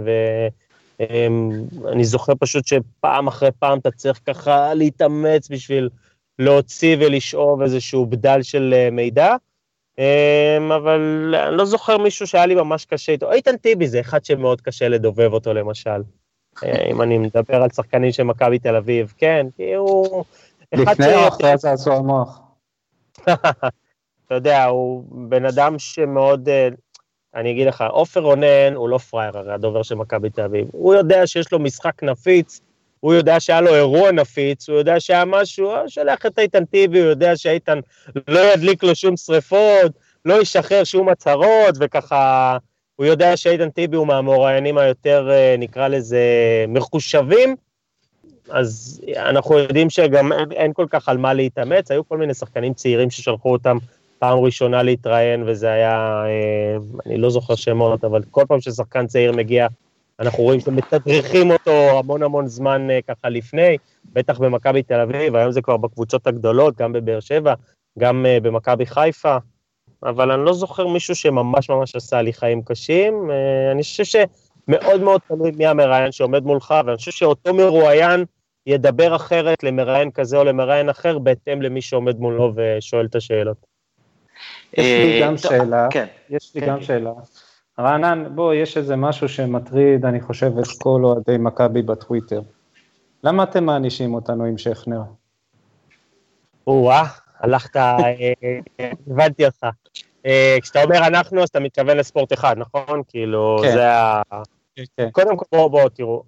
ואני זוכר פשוט שפעם אחרי פעם אתה צריך ככה להתאמץ בשביל להוציא ולשאוב איזשהו בדל של מידע, אבל אני לא זוכר מישהו שהיה לי ממש קשה איתו, איתן טיבי זה אחד שמאוד קשה לדובב אותו למשל, אם אני מדבר על שחקנים של מכבי תל אביב, כן, כי הוא... לפני או אחרי זה עשו המוח. אתה יודע, הוא בן אדם שמאוד, אני אגיד לך, עופר רונן הוא לא פרייר, הרי הדובר של מכבי תל אביב, הוא יודע שיש לו משחק נפיץ, הוא יודע שהיה לו אירוע נפיץ, הוא יודע שהיה משהו, שלח את איתן טיבי, הוא יודע שאיתן לא ידליק לו שום שריפות, לא ישחרר שום הצהרות, וככה, הוא יודע שאיתן טיבי הוא מהמרואיינים היותר, נקרא לזה, מחושבים, אז אנחנו יודעים שגם אין כל כך על מה להתאמץ, היו כל מיני שחקנים צעירים ששלחו אותם פעם ראשונה להתראיין, וזה היה, אני לא זוכר שמות, אבל כל פעם ששחקן צעיר מגיע, אנחנו רואים שמתדריכים אותו המון המון זמן ככה לפני, בטח במכבי תל אביב, היום זה כבר בקבוצות הגדולות, גם בבאר שבע, גם במכבי חיפה, אבל אני לא זוכר מישהו שממש ממש עשה לי חיים קשים, אני חושב שמאוד מאוד תלוי מי המראיין שעומד מולך, ואני חושב שאותו מרואיין ידבר אחרת למראיין כזה או למראיין אחר, בהתאם למי שעומד מולו ושואל את השאלות. יש לי גם שאלה, רענן, בוא, יש איזה משהו שמטריד, אני חושב, את כל אוהדי מכבי בטוויטר. למה אתם מענישים אותנו עם שכנר? הלכת, הבנתי אותך. כשאתה אומר אנחנו, אז אתה מתכוון לספורט אחד, נכון? כאילו, זה ה... קודם כל, בואו, תראו,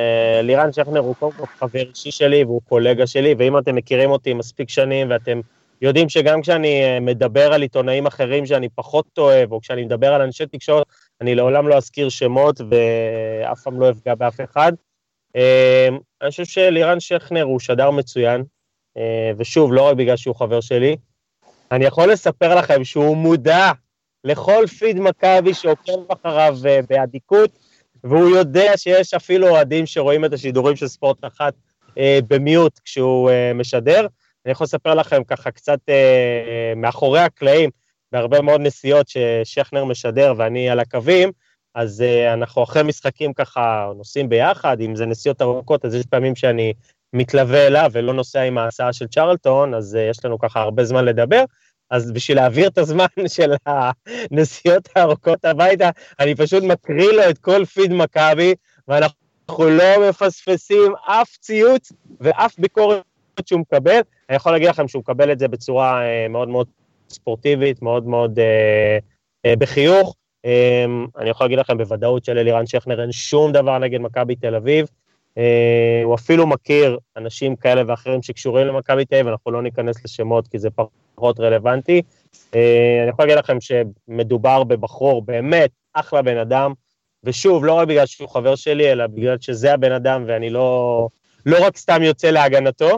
לירן שכנר הוא קודם כל חבר אישי שלי, והוא קולגה שלי, ואם אתם מכירים אותי מספיק שנים, ואתם יודעים שגם כשאני מדבר על עיתונאים אחרים שאני פחות אוהב, או כשאני מדבר על אנשי תקשורת, אני לעולם לא אזכיר שמות, ואף פעם לא אפגע באף אחד. אני חושב שלירן שכנר הוא שדר מצוין, ושוב, לא רק בגלל שהוא חבר שלי, אני יכול לספר לכם שהוא מודע לכל פיד מכבי שעוקב אחריו בעדיקות, והוא יודע שיש אפילו אוהדים שרואים את השידורים של ספורט אחת במיוט כשהוא משדר. אני יכול לספר לכם ככה קצת מאחורי הקלעים, בהרבה מאוד נסיעות ששכנר משדר ואני על הקווים, אז אנחנו אחרי משחקים ככה נוסעים ביחד, אם זה נסיעות ארוכות, אז יש פעמים שאני מתלווה אליו ולא נוסע עם ההסעה של צ'רלטון, אז יש לנו ככה הרבה זמן לדבר, אז בשביל להעביר את הזמן של הנסיעות הארוכות הביתה, אני פשוט מקריא לו את כל פיד מכבי, ואנחנו לא מפספסים אף ציוץ ואף ביקורת שהוא מקבל. אני יכול להגיד לכם שהוא מקבל את זה בצורה מאוד מאוד ספורטיבית, מאוד מאוד בחיוך. אני יכול להגיד לכם בוודאות של לירן שכנר אין שום דבר נגד מכבי תל אביב, הוא אפילו מכיר אנשים כאלה ואחרים שקשורים למכבי תל אביב, אנחנו לא ניכנס לשמות כי זה פחות רלוונטי. אני יכול להגיד לכם שמדובר בבחור באמת אחלה בן אדם, ושוב, לא רק בגלל שהוא חבר שלי, אלא בגלל שזה הבן אדם, ואני לא רק סתם יוצא להגנתו,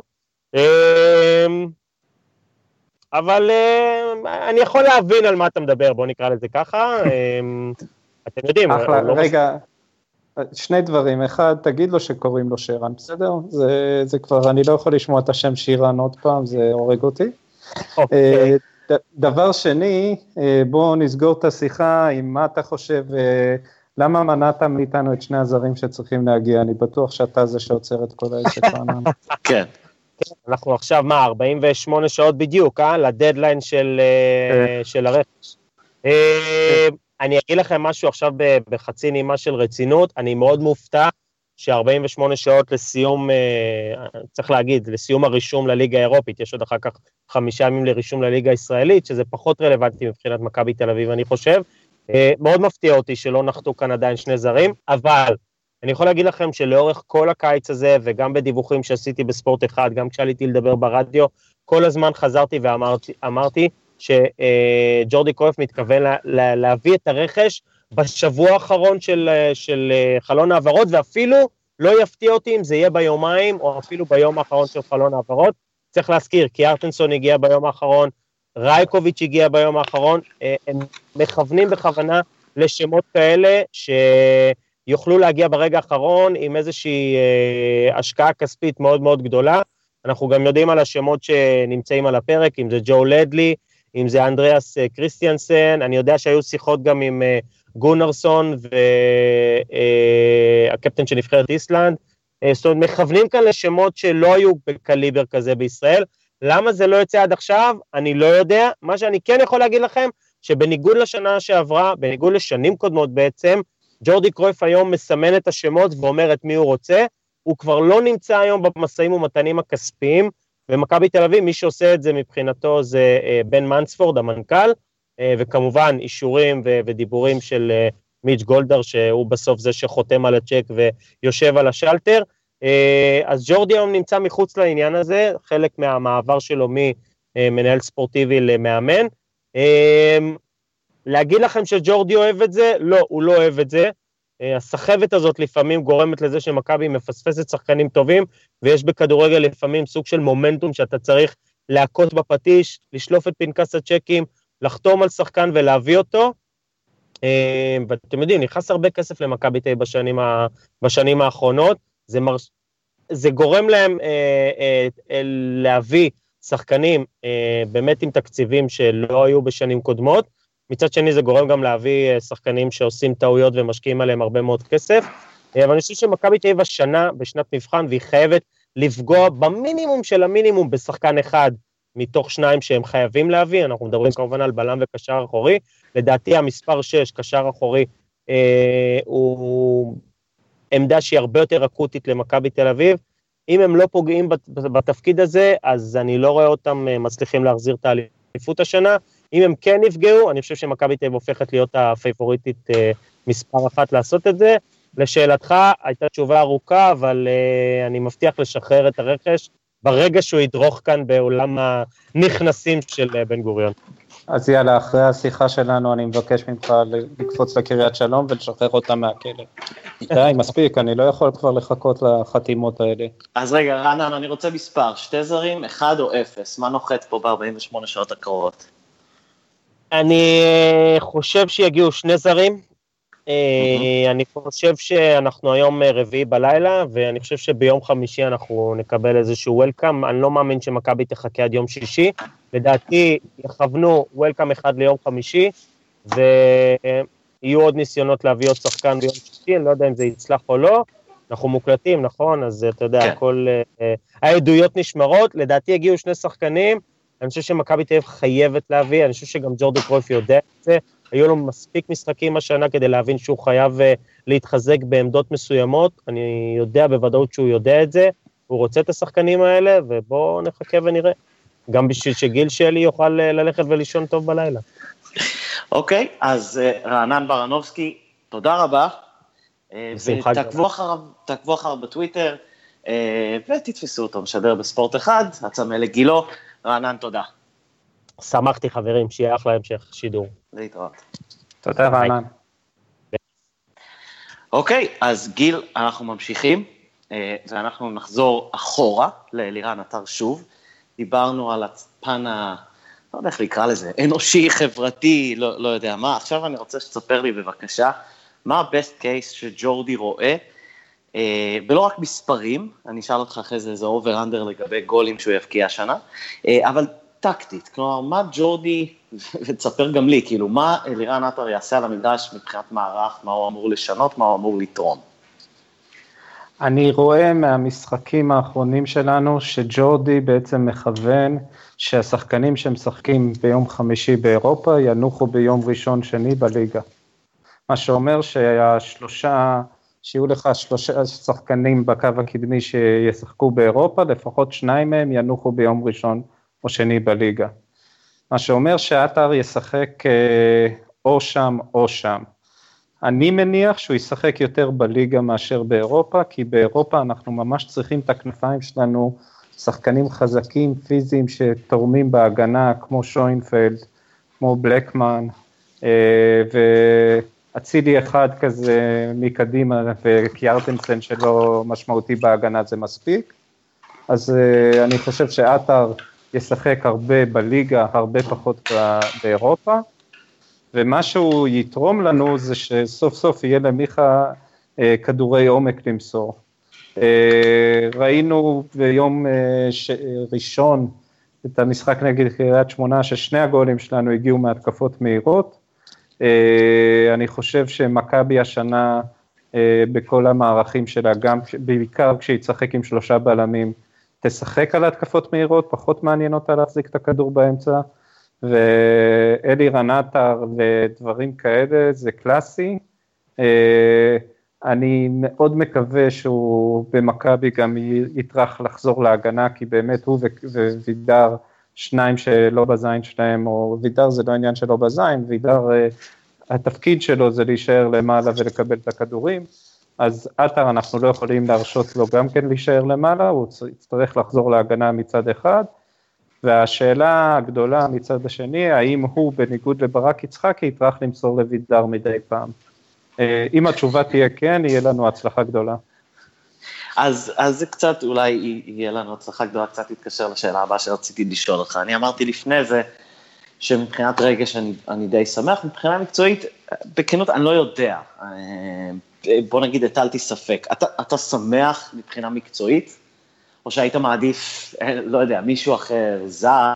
אבל אני יכול להבין על מה אתה מדבר, בוא נקרא לזה ככה, אתם יודעים. אחלה, רגע, שני דברים, אחד, תגיד לו שקוראים לו שירן, בסדר? זה כבר, אני לא יכול לשמוע את השם שירן עוד פעם, זה הורג אותי. דבר שני, בואו נסגור את השיחה עם מה אתה חושב, למה מנעת מאיתנו את שני הזרים שצריכים להגיע, אני בטוח שאתה זה שעוצר את כל העסק. כן. אנחנו עכשיו, 48 שעות בדיוק, לדדליין של הרכש. אני אגיד לכם משהו עכשיו בחצי נימה של רצינות, אני מאוד מופתע ש48 שעות לסיום, צריך להגיד, לסיום הרישום לליגה האירופית, יש עוד אחר כך 5 ימים לרישום לליגה הישראלית, שזה פחות רלוונטי מבחינת מכבי תל אביב, אני חושב. מאוד מפתיע אותי שלא נחתו כאן עדיין שני זרים, אבל אני יכול להגיד לכם שלאורך כל הקיץ הזה, וגם בדיווחים שעשיתי בספורט אחד, גם כשעליתי לדבר ברדיו, כל הזמן חזרתי ואמרתי שג'ורדי קרויף מתכוון להביא את הרכש בשבוע האחרון של חלון העברות, ואפילו לא יפתיע אותי אם זה יהיה ביומיים, או אפילו ביום האחרון של חלון העברות. צריך להזכיר, כי ארטנסון הגיע ביום האחרון, רייקוביץ' הגיע ביום האחרון, הם מכוונים בכוונה לשמות כאלה שיוכלו להגיע ברגע האחרון עם איזושהי השקעה כספית מאוד מאוד גדולה. אנחנו גם יודעים על השמות שנמצאים על הפרק, אם זה ג'ו לדלי, אם זה אנדריאס קריסטיאנסן, אני יודע שהיו שיחות גם עם גונרסון והקפטן של נבחרת איסלנד, זאת אומרת, מכוונים כאן לשמות שלא היו בקליבר כזה בישראל. למה זה לא יוצא עד עכשיו? אני לא יודע. מה שאני כן יכול להגיד לכם, שבניגוד לשנה שעברה, בניגוד לשנים קודמות בעצם, ג'ורדי קרויף היום מסמן את השמות ואומר את מי הוא רוצה, הוא כבר לא נמצא היום במשאים ומתנים הכספיים, ומכבי תל אביב, מי שעושה את זה מבחינתו זה בן מנספורד, המנכ"ל, וכמובן אישורים ודיבורים של מיץ' גולדר, שהוא בסוף זה שחותם על הצ'ק ויושב על השלטר. אז ג'ורדי היום נמצא מחוץ לעניין הזה, חלק מהמעבר שלו ממנהל ספורטיבי למאמן. להגיד לכם שג'ורדי אוהב את זה? לא, הוא לא אוהב את זה. הסחבת הזאת לפעמים גורמת לזה שמכבי מפספסת שחקנים טובים, ויש בכדורגל לפעמים סוג של מומנטום שאתה צריך להכות בפטיש, לשלוף את פנקס הצ'קים, לחתום על שחקן ולהביא אותו, ואתם יודעים, נכנס הרבה כסף למכבי תל אביב בשנים האחרונות, זה גורם להם להביא שחקנים באמת עם תקציבים שלא היו בשנים קודמות, מצד שני זה גורם גם להביא שחקנים שעושים טעויות ומשקיעים עליהם הרבה מאוד כסף, אבל אני חושב שמכבי תל אביב השנה בשנת מבחן, והיא חייבת לפגוע במינימום של המינימום בשחקן אחד, מתוך 2 שהם חייבים להביא, אנחנו מדברים כמובן על בלם וקשר אחורי, לדעתי המספר 6, קשר אחורי, הוא עמדה שהיא הרבה יותר אקוטית למכבי תל אביב, אם הם לא פוגעים בתפקיד הזה, אז אני לא רואה אותם מצליחים להחזיר את האליפות השנה, אם הם כן נפגעו, אני חושב שמכבי תל אביב הופכת להיות הפייבוריטית מספר 1 לעשות את זה. לשאלתך, הייתה תשובה ארוכה, אבל אני מבטיח לשחרר את הרכש ברגע שהוא ידרוך כאן בעולם הנכנסים של בן גוריון. אז יאללה, אחרי השיחה שלנו אני מבקש ממך לקפוץ לקריית שלום ולשחרר אותה מהכלא. די, מספיק, אני לא יכול כבר לחכות לחתימות האלה. אז רגע, רענן, אני רוצה מספר, 2 זרים, 1 או 0, מה נוחת פה ב-48 שעות הקרובות? אני חושב שיגיעו 2 זרים, אני חושב שאנחנו היום רביעי בלילה, ואני חושב שביום חמישי אנחנו נקבל איזשהו וולקאם, אני לא מאמין שמכבי תחכה עד יום שישי, לדעתי יכוונו וולקאם אחד ליום חמישי, ויהיו עוד ניסיונות להביא עוד שחקן ביום שישי, אני לא יודע אם זה יצלח או לא, אנחנו מוקלטים, נכון? אז אתה יודע, הכל, העדויות נשמרות, לדעתי הגיעו 2 שחקנים, אני חושב שמכבי תל אביב חייבת להביא, אני חושב שגם ג'ורדי קרויף יודע את זה, היו לו מספיק משחקים השנה כדי להבין שהוא חייב להתחזק בעמדות מסוימות, אני יודע בוודאות שהוא יודע את זה, הוא רוצה את השחקנים האלה, ובואו נחכה ונראה. גם בשביל שגיל שלי יוכל ללכת ולישון טוב בלילה. אוקיי, אז רענן ברנובסקי, תודה רבה, ותעקבו אחריו בטוויטר, ותתפסו אותו, משדר בספורט אחד, הצמא לגילו, רענן, תודה. שמחתי חברים, שיהיה אחלה המשך שידור. להתראות. תודה רענן. אוקיי, אז גיל, אנחנו ממשיכים, ואנחנו נחזור אחורה לאלירן עטר שוב, דיברנו על הפן לא יודע איך לקרוא לזה, אנושי, חברתי, לא יודע מה, עכשיו אני רוצה שתספר לי בבקשה, מה ה-best case שג'ורדי רואה, ולא רק מספרים, אני אשאל אותך אחרי זה, זה over-under לגבי גולים שהוא יבקיע השנה, אבל טקטית, כלומר, מה ג'ורדי, ותספר גם לי, כאילו, מה אלירן עטר יעשה על המגרש מבחינת מערך, מה הוא אמור לשנות, מה הוא אמור לתרום? אני רואה מהמשחקים האחרונים שלנו, שג'ורדי בעצם מכוון, שהשחקנים שמשחקים ביום חמישי באירופה, ינוחו ביום ראשון שני בליגה. מה שאומר שיהיו לך 3 שחקנים בקו הקדמי שישחקו באירופה, לפחות 2 מהם ינוחו ביום ראשון או שני בליגה. מה שאומר שעטר ישחק או שם או שם. אני מניח שהוא ישחק יותר בליגה מאשר באירופה, כי באירופה אנחנו ממש צריכים את הכנפיים שלנו, שחקנים חזקים, פיזיים, שתורמים בהגנה, כמו שוינפלד, כמו בלקמן, והצילי אחד כזה מקדימה, וקיארטנסן שלו משמעותי בהגנה, זה מספיק. אז אני חושב שעטר ישחק הרבה בליגה, הרבה פחות באירופה, ומה שהוא יתרום לנו זה שסוף סוף יהיה למיכה כדורי עומק למסור. ראינו ביום ראשון את המשחק נגד קריית שמונה, ששני הגולים שלנו הגיעו מהתקפות מהירות. אני חושב שמכבי השנה בכל המערכים שלה, גם בעיקר כשיצחק עם 3 בלמים, תשחק על התקפות מהירות, פחות מעניין אותה להחזיק את הכדור באמצע, ואלירן עטר ודברים כאלה, זה קלאסי. אני מאוד מקווה שהוא במכבי גם יטרח לחזור להגנה, כי באמת הוא ווידר, 2 שלא בזין שלהם, או וידר זה לא עניין שלא בזין, וידר התפקיד שלו זה להישאר למעלה ולקבל את הכדורים, אז עטר אנחנו לא יכולים להרשות לו גם כן להישאר למעלה, הוא יצטרך לחזור להגנה מצד אחד, והשאלה הגדולה מצד השני, האם הוא בניגוד לברק יצחקי יטרח למסור לוידר מדי פעם. אם התשובה תהיה כן, יהיה לנו הצלחה גדולה. אז זה קצת, אולי יהיה לנו הצלחה גדולה, קצת להתקשר לשאלה הבאה שרציתי לשאול אותך. אני אמרתי לפני זה, שמבחינת רגש אני די שמח, מבחינה מקצועית, בכנות אני לא יודע, בוא נגיד הטלתי ספק, אתה שמח מבחינה מקצועית, או שהיית מעדיף, לא יודע, מישהו אחר, זר?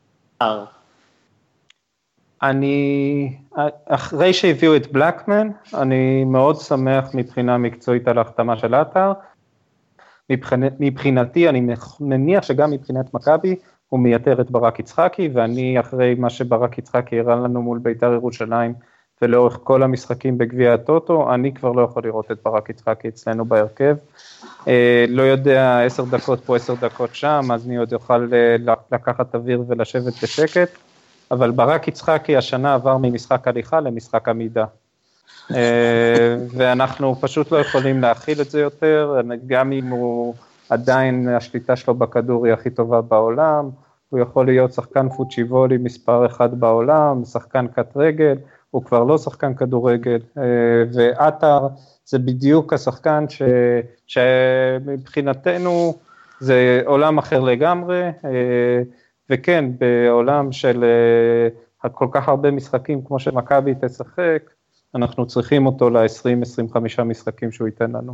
אחרי שהביאו את בלקמן, אני מאוד שמח מבחינה מקצועית על ההחתמה של עטר, מבחינתי, אני מניח שגם מבחינת מכבי, הוא מייתר את ברק יצחקי, ואני אחרי מה שברק יצחקי הראה לנו מול בית"ר ירושלים, ולאורך כל המשחקים בגביע הטוטו, אני כבר לא יכול לראות את ברק יצחקי אצלנו בהרכב, לא יודע 10 דקות פה 10 דקות שם, אז אני עוד יוכל לקחת אוויר ולשבת בשקט, אבל ברק יצחקי השנה עבר ממשחק הליכה למשחק עמידה, ואנחנו פשוט לא יכולים להכיל את זה יותר, גם אם הוא עדיין השליטה שלו בכדור היא הכי טובה בעולם, הוא יכול להיות שחקן פוצ'יבולי מספר 1 בעולם, שחקן קט רגל, הוא כבר לא שחקן כדורגל, ואתר זה בדיוק השחקן שמבחינתנו זה עולם אחר לגמרי, וכן, בעולם של כל כך הרבה משחקים כמו שמכבי תשחק, אנחנו צריכים אותו ל-20-25 משחקים שהוא ייתן לנו.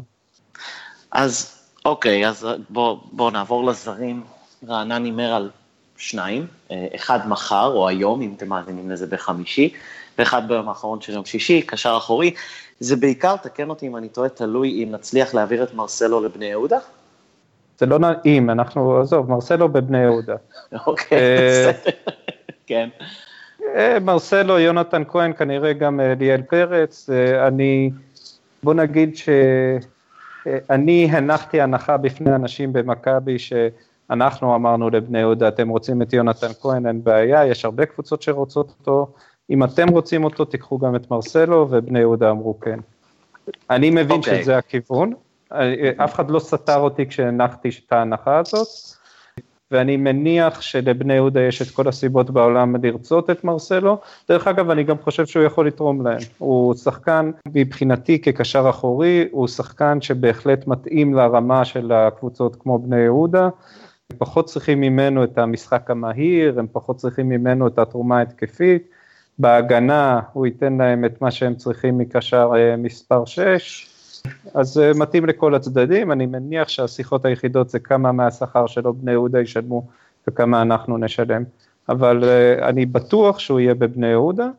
אז אוקיי, אז בוא נעבור לזרים, רענן נימר על 2, אחד מחר או היום, אם אתם מאזינים לזה בחמישי, ואחד ביום האחרון של יום שישי, קשר אחורי, זה בעיקר, תקן אותי אם אני טועה, תלוי אם נצליח להעביר את מרסלו לבני יהודה? זה לא נעים, אנחנו, עזוב, מרסלו בבני יהודה. אוקיי, בסדר, כן. מרסלו, יונתן כהן, כנראה גם ליאל פרץ, בוא נגיד שאני הנחתי הנחה בפני אנשים במכבי שאנחנו אמרנו לבני יהודה, אתם רוצים את יונתן כהן, אין בעיה, יש הרבה קבוצות שרוצות אותו, אם אתם רוצים אותו, תיקחו גם את מרסלו, ובני יהודה אמרו כן. אני מבין שזה הכיוון, אף אחד לא סתר אותי כשהנחתי את ההנחה הזאת, ואני מניח שלבני יהודה יש את כל הסיבות בעולם לרצות את מרסלו, דרך אגב אני גם חושב שהוא יכול לתרום להם, הוא שחקן מבחינתי כקשר אחורי, הוא שחקן שבהחלט מתאים לרמה של הקבוצות כמו בני יהודה, הם פחות צריכים ממנו את המשחק המהיר, הם פחות צריכים ממנו את התרומה התקפית, בהגנה הוא ייתן להם את מה שהם צריכים מקשר מספר 6, אז מתאים לכל הצדדים, אני מניח שהשיחות היחידות זה כמה מהשכר שלו בני יהודה ישלמו וכמה אנחנו נשלם, אבל אני בטוח שהוא יהיה בבני יהודה,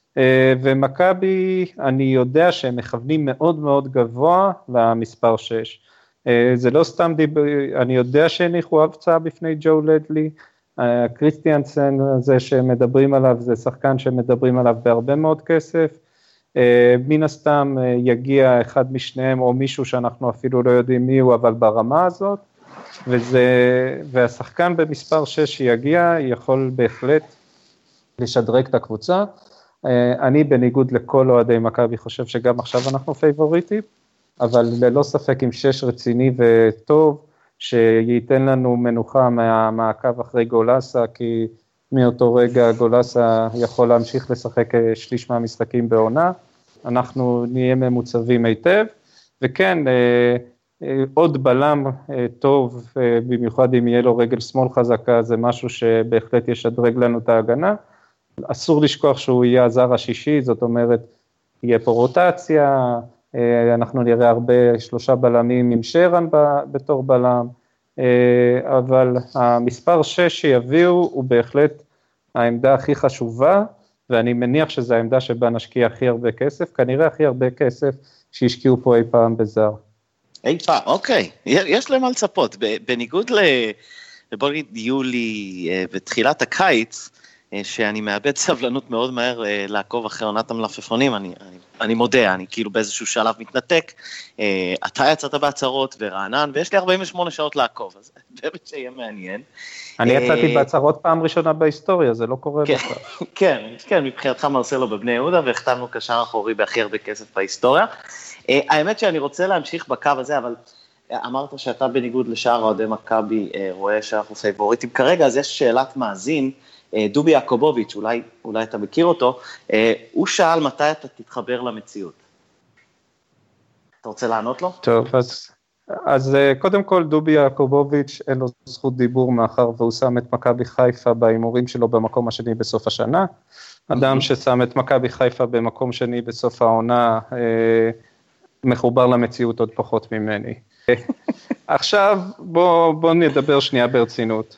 ומכבי אני יודע שהם מכוונים מאוד מאוד גבוה למספר 6, זה לא סתם אני יודע שהניחו הבצעה בפני ג'ו לדלי, קריסטיאנסן זה שמדברים עליו, זה שחקן שמדברים עליו בהרבה מאוד כסף, מן הסתם יגיע אחד משניהם או מישהו שאנחנו אפילו לא יודעים מי הוא, אבל ברמה הזאת, והשחקן במספר 6 שיגיע יכול בהחלט לשדרג את הקבוצה, אני בניגוד לכל אוהדי מכבי חושב שגם עכשיו אנחנו פייבוריטים, אבל ללא ספק עם 6 רציני וטוב, שייתן לנו מנוחה מהמעקב אחרי גולסה, כי מאותו רגע גולסה יכול להמשיך לשחק שליש מהמשחקים בעונה, אנחנו נהיה ממוצבים היטב, וכן, עוד בלם טוב, במיוחד אם יהיה לו רגל שמאל חזקה, זה משהו שבהחלט ישדרג לנו את ההגנה, אסור לשכוח שהוא יהיה הזר השישי, זאת אומרת, יהיה פה רוטציה, אנחנו נראה הרבה 3 בלמים עם שרן בתור בלם, אבל המספר 6 שיביאו הוא בהחלט העמדה הכי חשובה, ואני מניח שזו העמדה שבה נשקיע הכי הרבה כסף, כנראה הכי הרבה כסף שהשקיעו פה אי פעם בזר. אי פעם, אוקיי, יש למה לצפות, בניגוד בוא נגיד יולי בתחילת הקיץ, שאני מאבד סבלנות מאוד מהר לעקוב אחרי עונת המלפפונים, אני מודה, אני כאילו באיזשהו שלב מתנתק, אתה יצאת בהצהרות ורענן, ויש לי 48 שעות לעקוב, אז באמת שיהיה מעניין. אני יצאתי בהצהרות פעם ראשונה בהיסטוריה, זה לא קורה בכלל. כן, מבחינתך מרסלו בבני יהודה, והחתמנו קשר אחורי בהכי הרבה כסף בהיסטוריה. האמת שאני רוצה להמשיך בקו הזה, אבל אמרת שאתה בניגוד לשאר אוהדי מכבי רואה שאנחנו פייבוריטים כרגע, אז יש שאלת מאזין, דובי יעקובוביץ', אולי אתה מכיר אותו, הוא שאל מתי אתה תתחבר למציאות. אתה רוצה לענות לו? טוב, אז קודם כל דובי יעקובוביץ' אין לו זכות דיבור מאחר והוא שם את מכבי חיפה בהימורים שלו במקום השני בסוף השנה, אדם ששם את מכבי חיפה במקום שני בסוף העונה, מחובר למציאות עוד פחות ממני. עכשיו בוא נדבר שנייה ברצינות.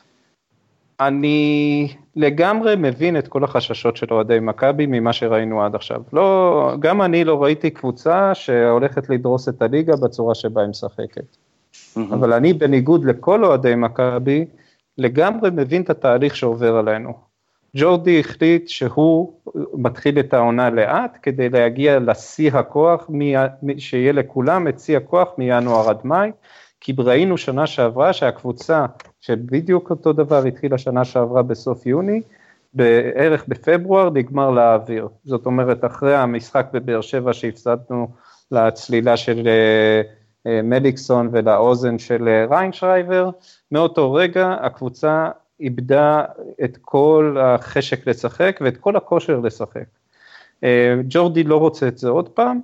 אני לגמרי מבין את כל החששות של אוהדי מכבי ממה שראינו עד עכשיו. גם אני לא ראיתי קבוצה שהולכת לדרוס את הליגה בצורה שבה היא משחקת. אבל אני בניגוד לכל אוהדי מכבי, לגמרי מבין את התהליך שעובר עלינו. ג'ורדי החליט שהוא מתחיל את העונה לאט, כדי להגיע לשיא הכוח, שיהיה לכולם את שיא הכוח מינואר עד מאי, כי ראינו שנה שעברה שהקבוצה שבדיוק אותו דבר התחילה שנה שעברה בסוף יוני, בערך בפברואר נגמר לאוויר. זאת אומרת, אחרי המשחק בבאר שבע שהפסדנו לצלילה למליקסון ולאוזן של ריינשרייבר, מאותו רגע הקבוצה איבדה את כל החשק לשחק ואת כל הכושר לשחק. ג'ורדי לא רוצה את זה עוד פעם,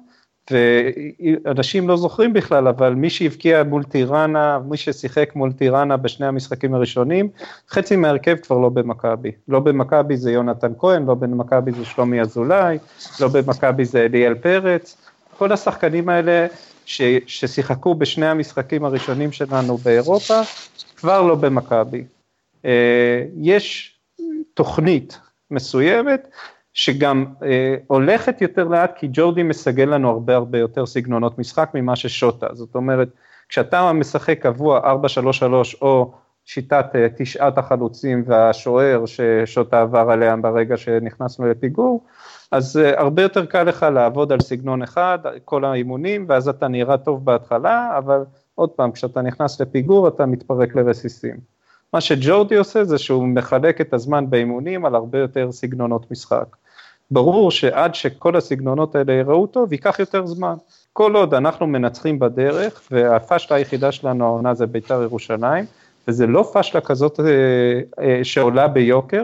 ואנשים לא זוכרים בכלל, אבל מי שהבקיע מול טירנה, מי ששיחק מול טירנה בשני המשחקים הראשונים, חצי מהרכב כבר לא במכבי. לא במכבי זה יונתן כהן, לא במכבי זה שלומי אזולאי, לא במכבי זה אליאל פרץ, כל השחקנים האלה ששיחקו בשני המשחקים הראשונים שלנו באירופה, כבר לא במכבי. יש תוכנית מסוימת, שגם הולכת יותר לאט, כי ג'ורדי מסגל לנו הרבה יותר סגנונות משחק ממה ששוטה, זאת אומרת, כשאתה משחק קבוע 4-3-3, או שיטת 9 החלוצים והשוער ששוטה עבר עליה ברגע שנכנסנו לפיגור, אז הרבה יותר קל לך לעבוד על סגנון אחד, כל האימונים, ואז אתה נראה טוב בהתחלה, אבל עוד פעם, כשאתה נכנס לפיגור, אתה מתפרק לרסיסים. מה שג'ורדי עושה זה שהוא מחלק את הזמן באימונים על הרבה יותר סגנונות משחק. ברור שעד שכל הסגנונות האלה יראו טוב, ייקח יותר זמן. כל עוד אנחנו מנצחים בדרך, והפשלה היחידה שלנו העונה זה בית"ר ירושלים, וזה לא פשלה כזאת שעולה ביוקר,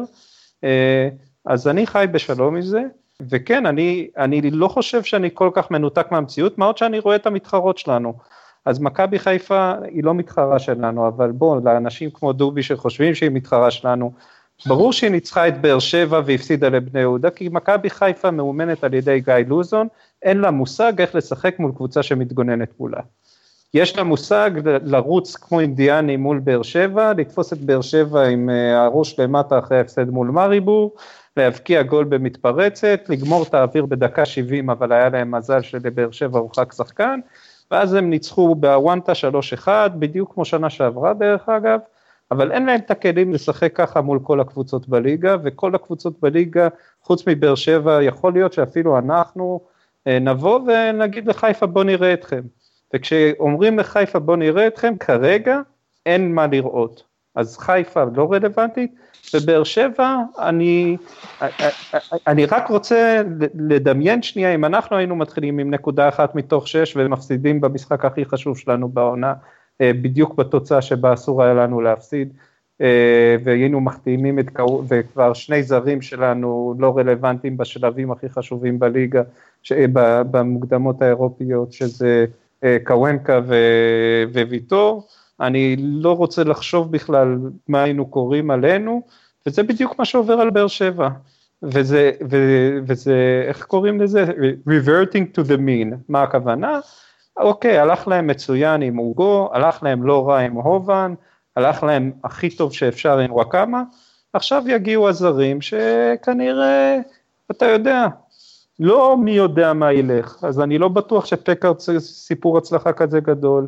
אז אני חי בשלום מזה, וכן, אני לא חושב שאני כל כך מנותק מהמציאות, מה עוד שאני רואה את המתחרות שלנו. אז מכבי חיפה היא לא מתחרה שלנו, אבל בואו, לאנשים כמו דובי שחושבים שהיא מתחרה שלנו, ברור שהיא ניצחה את באר שבע והפסידה לבני יהודה, כי מכבי חיפה מאומנת על ידי גיא לוזון, אין לה מושג איך לשחק מול קבוצה שמתגוננת מולה. יש לה מושג לרוץ כמו אינדיאני מול באר שבע, לתפוס את באר שבע עם הראש למטה אחרי ההפסד מול מריבור, להבקיע גול במתפרצת, לגמור את האוויר בדקה 70, אבל היה להם מזל שלבאר שבע הורחק שחקן, ואז הם ניצחו בוואנטה 3-1, בדיוק כמו שנה שעברה דרך אגב, אבל אין להם את הכלים לשחק ככה מול כל הקבוצות בליגה, וכל הקבוצות בליגה, חוץ מבאר שבע, יכול להיות שאפילו אנחנו נבוא ונגיד לחיפה בוא נראה אתכם, וכשאומרים לחיפה בוא נראה אתכם, כרגע אין מה לראות, אז חיפה לא רלוונטית, ובאר שבע, אני רק רוצה לדמיין שנייה, אם אנחנו היינו מתחילים עם נקודה 1 מתוך 6, ומפסידים במשחק הכי חשוב שלנו בעונה, בדיוק בתוצאה שבה אסור היה לנו להפסיד, והיינו מחתימים וכבר שני זרים שלנו לא רלוונטיים בשלבים הכי חשובים בליגה, במוקדמות האירופיות, שזה קוונקה וויטור, אני לא רוצה לחשוב בכלל מה היינו קוראים עלינו, וזה בדיוק מה שעובר על באר שבע, וזה איך קוראים לזה? reverting to the mean, מה הכוונה? אוקיי, הלך להם מצוין עם אוגו, הלך להם לא רע עם הובן, הלך להם הכי טוב שאפשר עם וואקמה, עכשיו יגיעו הזרים שכנראה, אתה יודע, לא מי יודע מה ילך, אז אני לא בטוח שפקארט זה סיפור הצלחה כזה גדול,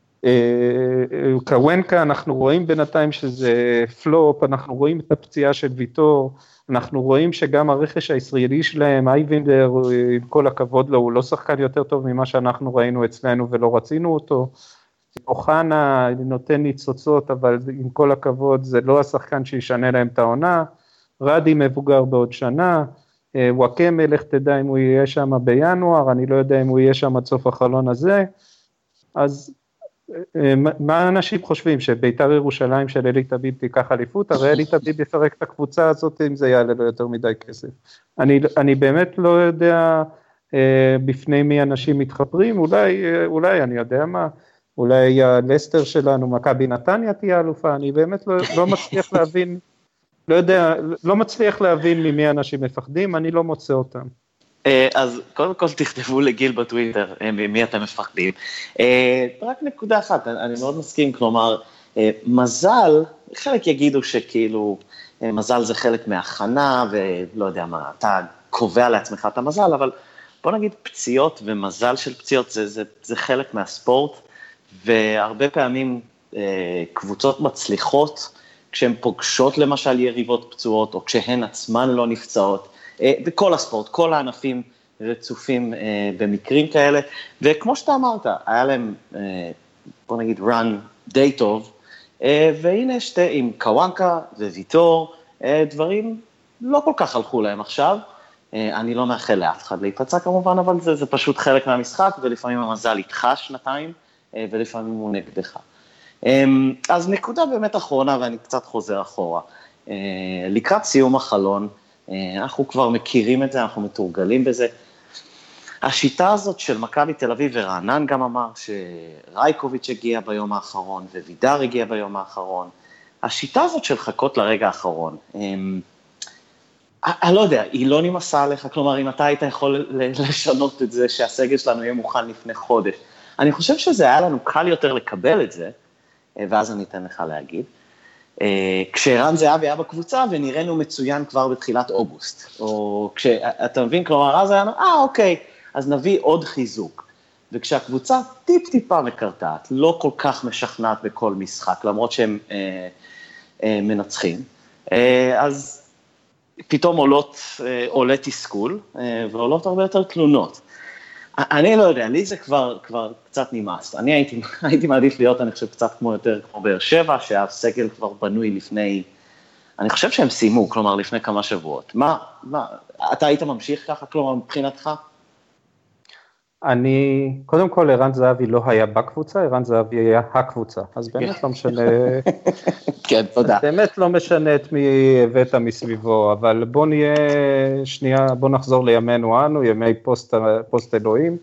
קוונקה אנחנו רואים בינתיים שזה פלופ, אנחנו רואים את הפציעה של ויטור, אנחנו רואים שגם הרכש הישראלי שלהם, אייבינדר, עם כל הכבוד לו, הוא לא שחקן יותר טוב ממה שאנחנו ראינו אצלנו ולא רצינו אותו, אוחנה נותן ניצוצות, אבל עם כל הכבוד זה לא השחקן שישנה להם את העונה, רדי מבוגר בעוד שנה, וואקמה, לך תדע אם הוא יהיה שם בינואר, אני לא יודע אם הוא יהיה שם עד סוף החלון הזה, אז מה אנשים חושבים, שבית"ר ירושלים של אלי טביב תיקח אליפות, הרי אלי טביב יפרק את הקבוצה הזאת אם זה יעלה לו יותר מדי כסף. אני באמת לא יודע בפני מי אנשים מתחברים, אולי אני יודע מה, אולי הלסטר שלנו, מכבי נתניה תהיה אלופה, אני באמת לא מצליח להבין, לא מצליח להבין ממי אנשים מפחדים, אני לא מוצא אותם. אז קודם כל תכתבו לגיל בטוויטר, ממי אתם מפחדים. רק נקודה אחת, אני מאוד מסכים, כלומר, מזל, חלק יגידו שכאילו, מזל זה חלק מהכנה, ולא יודע מה, אתה קובע לעצמך את המזל, אבל בוא נגיד פציעות ומזל של פציעות, זה חלק מהספורט, והרבה פעמים קבוצות מצליחות, כשהן פוגשות למשל יריבות פצועות, או כשהן עצמן לא נפצעות, בכל הספורט, כל הענפים רצופים במקרים כאלה, וכמו שאתה אמרת, היה להם, בוא נגיד, run די טוב, והנה עם קוונקה וויטור, דברים לא כל כך הלכו להם עכשיו, אני לא מאחל לאף אחד להיפצע כמובן, אבל זה פשוט חלק מהמשחק, ולפעמים המזל איתך שנתיים, ולפעמים הוא נגדך. אז נקודה באמת אחרונה, ואני קצת חוזר אחורה. לקראת סיום החלון, אנחנו כבר מכירים את זה, אנחנו מתורגלים בזה. השיטה הזאת של מכבי תל אביב, ורענן גם אמר שרייקוביץ' הגיע ביום האחרון, ווידר הגיע ביום האחרון, השיטה הזאת של חכות לרגע האחרון, אני לא יודע, היא לא נמסה עליך, כלומר, אם אתה היית יכול לשנות את זה, שהסגל שלנו יהיה מוכן לפני חודש, אני חושב שזה היה לנו קל יותר לקבל את זה, ואז אני אתן לך להגיד, כשערן זהבי היה בקבוצה, ונראינו מצוין כבר בתחילת אוגוסט, או כשאתה מבין, כלומר, אז היה לנו, אוקיי, אז נביא עוד חיזוק, וכשהקבוצה טיפה מקרטעת, לא כל כך משכנעת בכל משחק, למרות שהם מנצחים, אז פתאום עולה תסכול, ועולות הרבה יותר תלונות. אני לא יודע, לי זה כבר קצת נמאס. אני הייתי מעדיף להיות, אני חושב, קצת יותר כמו באר שבע, שהסגל כבר בנוי לפני, אני חושב שהם סיימו, כלומר, לפני כמה שבועות. מה, אתה היית ממשיך ככה, כלומר, מבחינתך? קודם כל, ערן זהבי לא היה בקבוצה, ערן זהבי היה הקבוצה, אז באמת לא משנה, כן, תודה. באמת לא משנה את מי הבאת מסביבו, אבל בוא נהיה שנייה, בוא נחזור לימינו אנו, ימי פוסט אלוהים,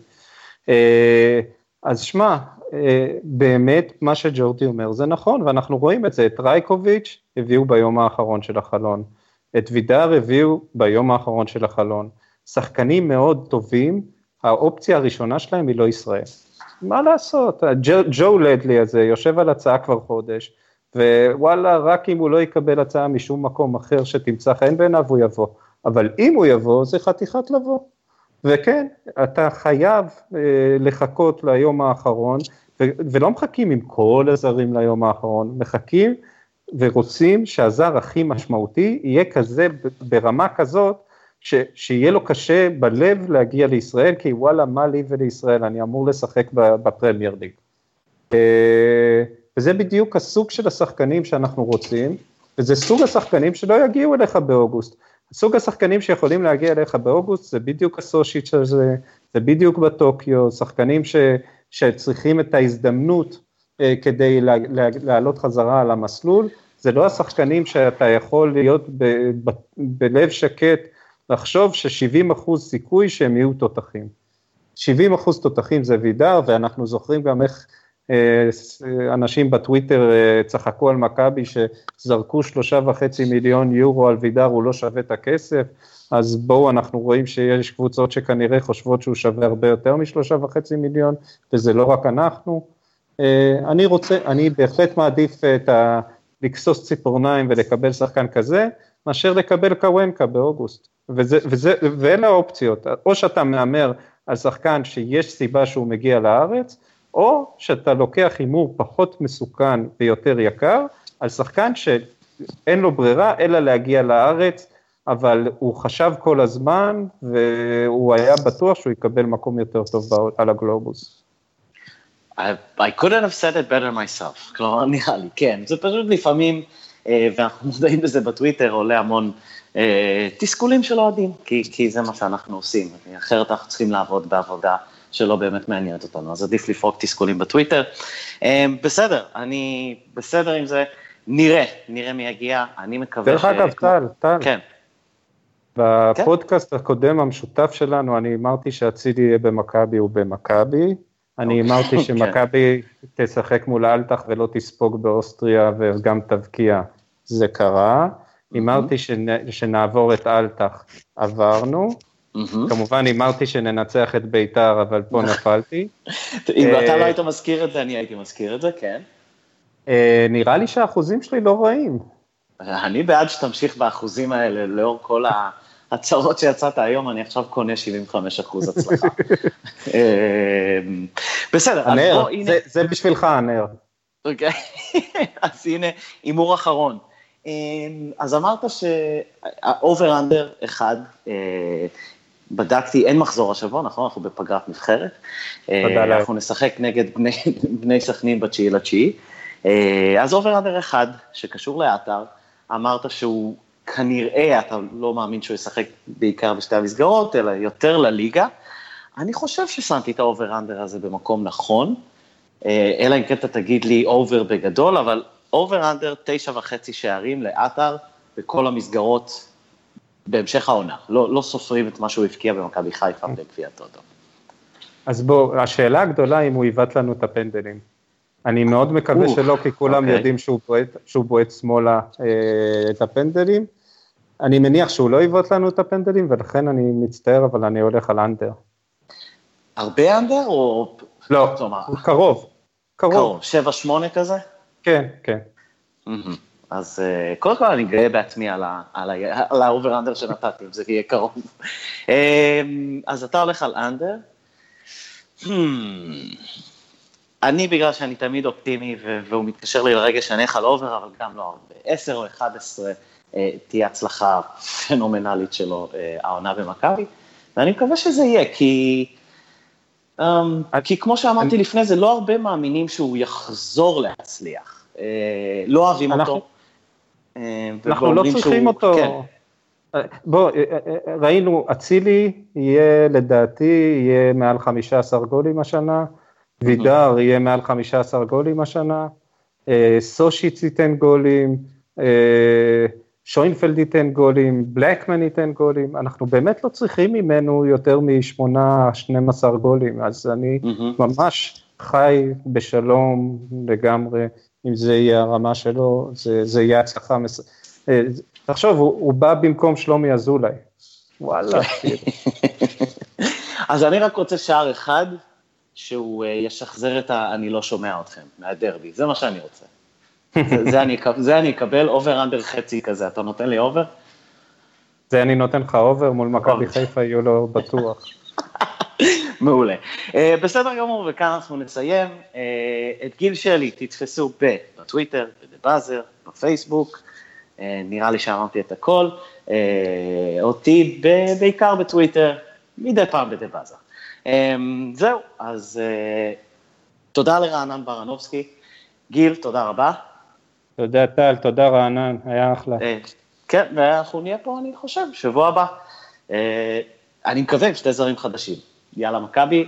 אז שמע, באמת מה שג'ורדי אומר זה נכון, ואנחנו רואים את זה, את רייקוביץ' הביאו ביום האחרון של החלון, את וידר הביאו ביום האחרון של החלון, שחקנים מאוד טובים, האופציה הראשונה שלהם היא לא ישראל. מה לעשות? ג'ו לדלי הזה יושב על הצעה כבר חודש, ווואלה, רק אם הוא לא יקבל הצעה משום מקום אחר שתמצא חן בעיניו, הוא יבוא. אבל אם הוא יבוא, זה חתיכת לבוא. וכן, אתה חייב לחכות ליום האחרון, ולא מחכים עם כל הזרים ליום האחרון, מחכים ורוצים שהזר הכי משמעותי יהיה כזה, ברמה כזאת, שיהיה לו קשה בלב להגיע לישראל, כי וואלה, מה לי ולישראל, אני אמור לשחק בפרמייר ליג. וזה בדיוק הסוג של השחקנים שאנחנו רוצים, וזה סוג השחקנים שלא יגיעו אליך באוגוסט. סוג השחקנים שיכולים להגיע אליך באוגוסט, זה בדיוק הסושיץ' הזה, זה בדיוק בטוקיו, שחקנים שצריכים את ההזדמנות כדי לעלות חזרה על המסלול, זה לא השחקנים שאתה יכול להיות בלב שקט, לחשוב ש70% סיכוי שהם יהיו תותחים. 70% תותחים זה וידר, ואנחנו זוכרים גם איך אנשים בטוויטר צחקו על מכבי, שזרקו 3.5 מיליון יורו על וידר, הוא לא שווה את הכסף, אז בואו אנחנו רואים שיש קבוצות שכנראה חושבות שהוא שווה הרבה יותר מ3.5 מיליון, וזה לא רק אנחנו. אני בהחלט מעדיף לקסוס ציפורניים ולקבל שחקן כזה, מאשר לקבל קוונקה באוגוסט. ואלה האופציות, או שאתה מאמר על שחקן שיש סיבה שהוא מגיע לארץ, או שאתה לוקח הימור פחות מסוכן ויותר יקר, על שחקן שאין לו ברירה אלא להגיע לארץ, אבל הוא חשב כל הזמן, והוא היה בטוח שהוא יקבל מקום יותר טוב על הגלובוס. I couldn't have said it better myself, כלומר נראה לי, כן, זה פשוט לפעמים, ואנחנו מודעים לזה בטוויטר, עולה המון תסכולים של אוהדים, כי זה מה שאנחנו עושים, אחרת אנחנו צריכים לעבוד בעבודה שלא באמת מעניינת אותנו, אז עדיף לפרוק תסכולים בטוויטר. בסדר, אני בסדר עם זה, נראה מי יגיע, אני מקווה דרך אגב, טל. כן. בפודקאסט הקודם המשותף שלנו, אני אמרתי שהצידי יהיה במכבי ובמכבי, אני אמרתי שמכבי תשחק מול אלטח ולא תספוג באוסטריה וגם תבקיע, זה קרה, אמרתי שנעבור את אלטח, עברנו, כמובן אמרתי שננצח את ביתר, אבל פה נפלתי. אם אתה לא היית מזכיר את זה, אני הייתי מזכיר את זה, כן. נראה לי שהאחוזים שלי לא רעים. אני בעד שתמשיך באחוזים האלה, לאור כל ההצהרות שיצאת היום, אני עכשיו קונה 75% הצלחה. בסדר, אז בוא, הנה. זה בשבילך, הנר. אוקיי, אז הנה, אימור אחרון. אז אמרת שהאובר-אנדר אחד, בדקתי, אין מחזור השבוע, נכון? אנחנו בפגרת נבחרת. אנחנו נשחק נגד בני סכנין ב9/9. אז אובר-אנדר אחד, שקשור לאתר, אמרת שהוא כנראה, אתה לא מאמין שהוא ישחק בעיקר בשתי המסגרות, אלא יותר לליגה. אני חושב ששמתי את האובר-אנדר הזה במקום נכון, אלא אם כן אתה תגיד לי אובר בגדול, אבל אובר אנדר 9.5 שערים לאתר בכל המסגרות בהמשך העונה, לא סופרים את מה שהוא הבקיע במכבי חיפה בגביע הטוטו. אז בוא, השאלה הגדולה אם הוא עיוות לנו את הפנדלים. אני מאוד מקווה שלא, כי כולם יודעים שהוא בועט שמאלה את הפנדלים. אני מניח שהוא לא עיוות לנו את הפנדלים, ולכן אני מצטער, אבל אני הולך על אנדר. הרבה אנדר או... לא, קרוב. 7-8 כזה? כן, כן. אז קודם כל אני גאה בעצמי על האובר אנדר שנתתי, אם זה יהיה קרוב. אז אתה הולך על אנדר. אני בגלל שאני תמיד אופטימי, והוא מתקשר לי לרגע שאני הולך על אובר, אבל גם לא הרבה. 10 או 11 תהיה הצלחה פנומנלית שלו, העונה במכבי, ואני מקווה שזה יהיה, כי כמו שאמרתי לפני זה, לא הרבה מאמינים שהוא יחזור להצליח. לא אוהבים אותו. אנחנו לא צריכים אותו. בוא, ראינו, אצילי יהיה לדעתי, יהיה מעל 15 גולים השנה, וידר יהיה מעל 15 גולים השנה, סושיץ ייתן גולים, שוינפלד ייתן גולים, בלקמן ייתן גולים, אנחנו באמת לא צריכים ממנו יותר מ8-12 גולים, אז אני ממש חי בשלום לגמרי, אם זה יהיה הרמה שלו, זה יהיה הצלחה, תחשוב, הוא בא במקום שלומי אזולאי, וואלה. אז אני רק רוצה שער אחד, שהוא ישחזר את אני לא שומע אתכם, מהדרבי, זה מה שאני רוצה. זה אני אקבל, אובר אנדר חצי כזה, אתה נותן לי אובר? זה אני נותן לך אובר, מול מכבי חיפה יהיו לו בטוח. מעולה. בסדר גמור, וכאן אנחנו נסיים. את גיל שלי תתפסו בטוויטר, בדבאזר, בפייסבוק, נראה לי שאמרתי את הכל, אותי בעיקר בטוויטר, מדי פעם בדבאזר. זהו, אז תודה לרענן ברנובסקי, גיל, תודה רבה. תודה טל, תודה רענן, היה אחלה. כן, ואנחנו נהיה פה, אני חושב, שבוע הבא. אני מקווה עם 2 זרים חדשים. יאללה מכבי.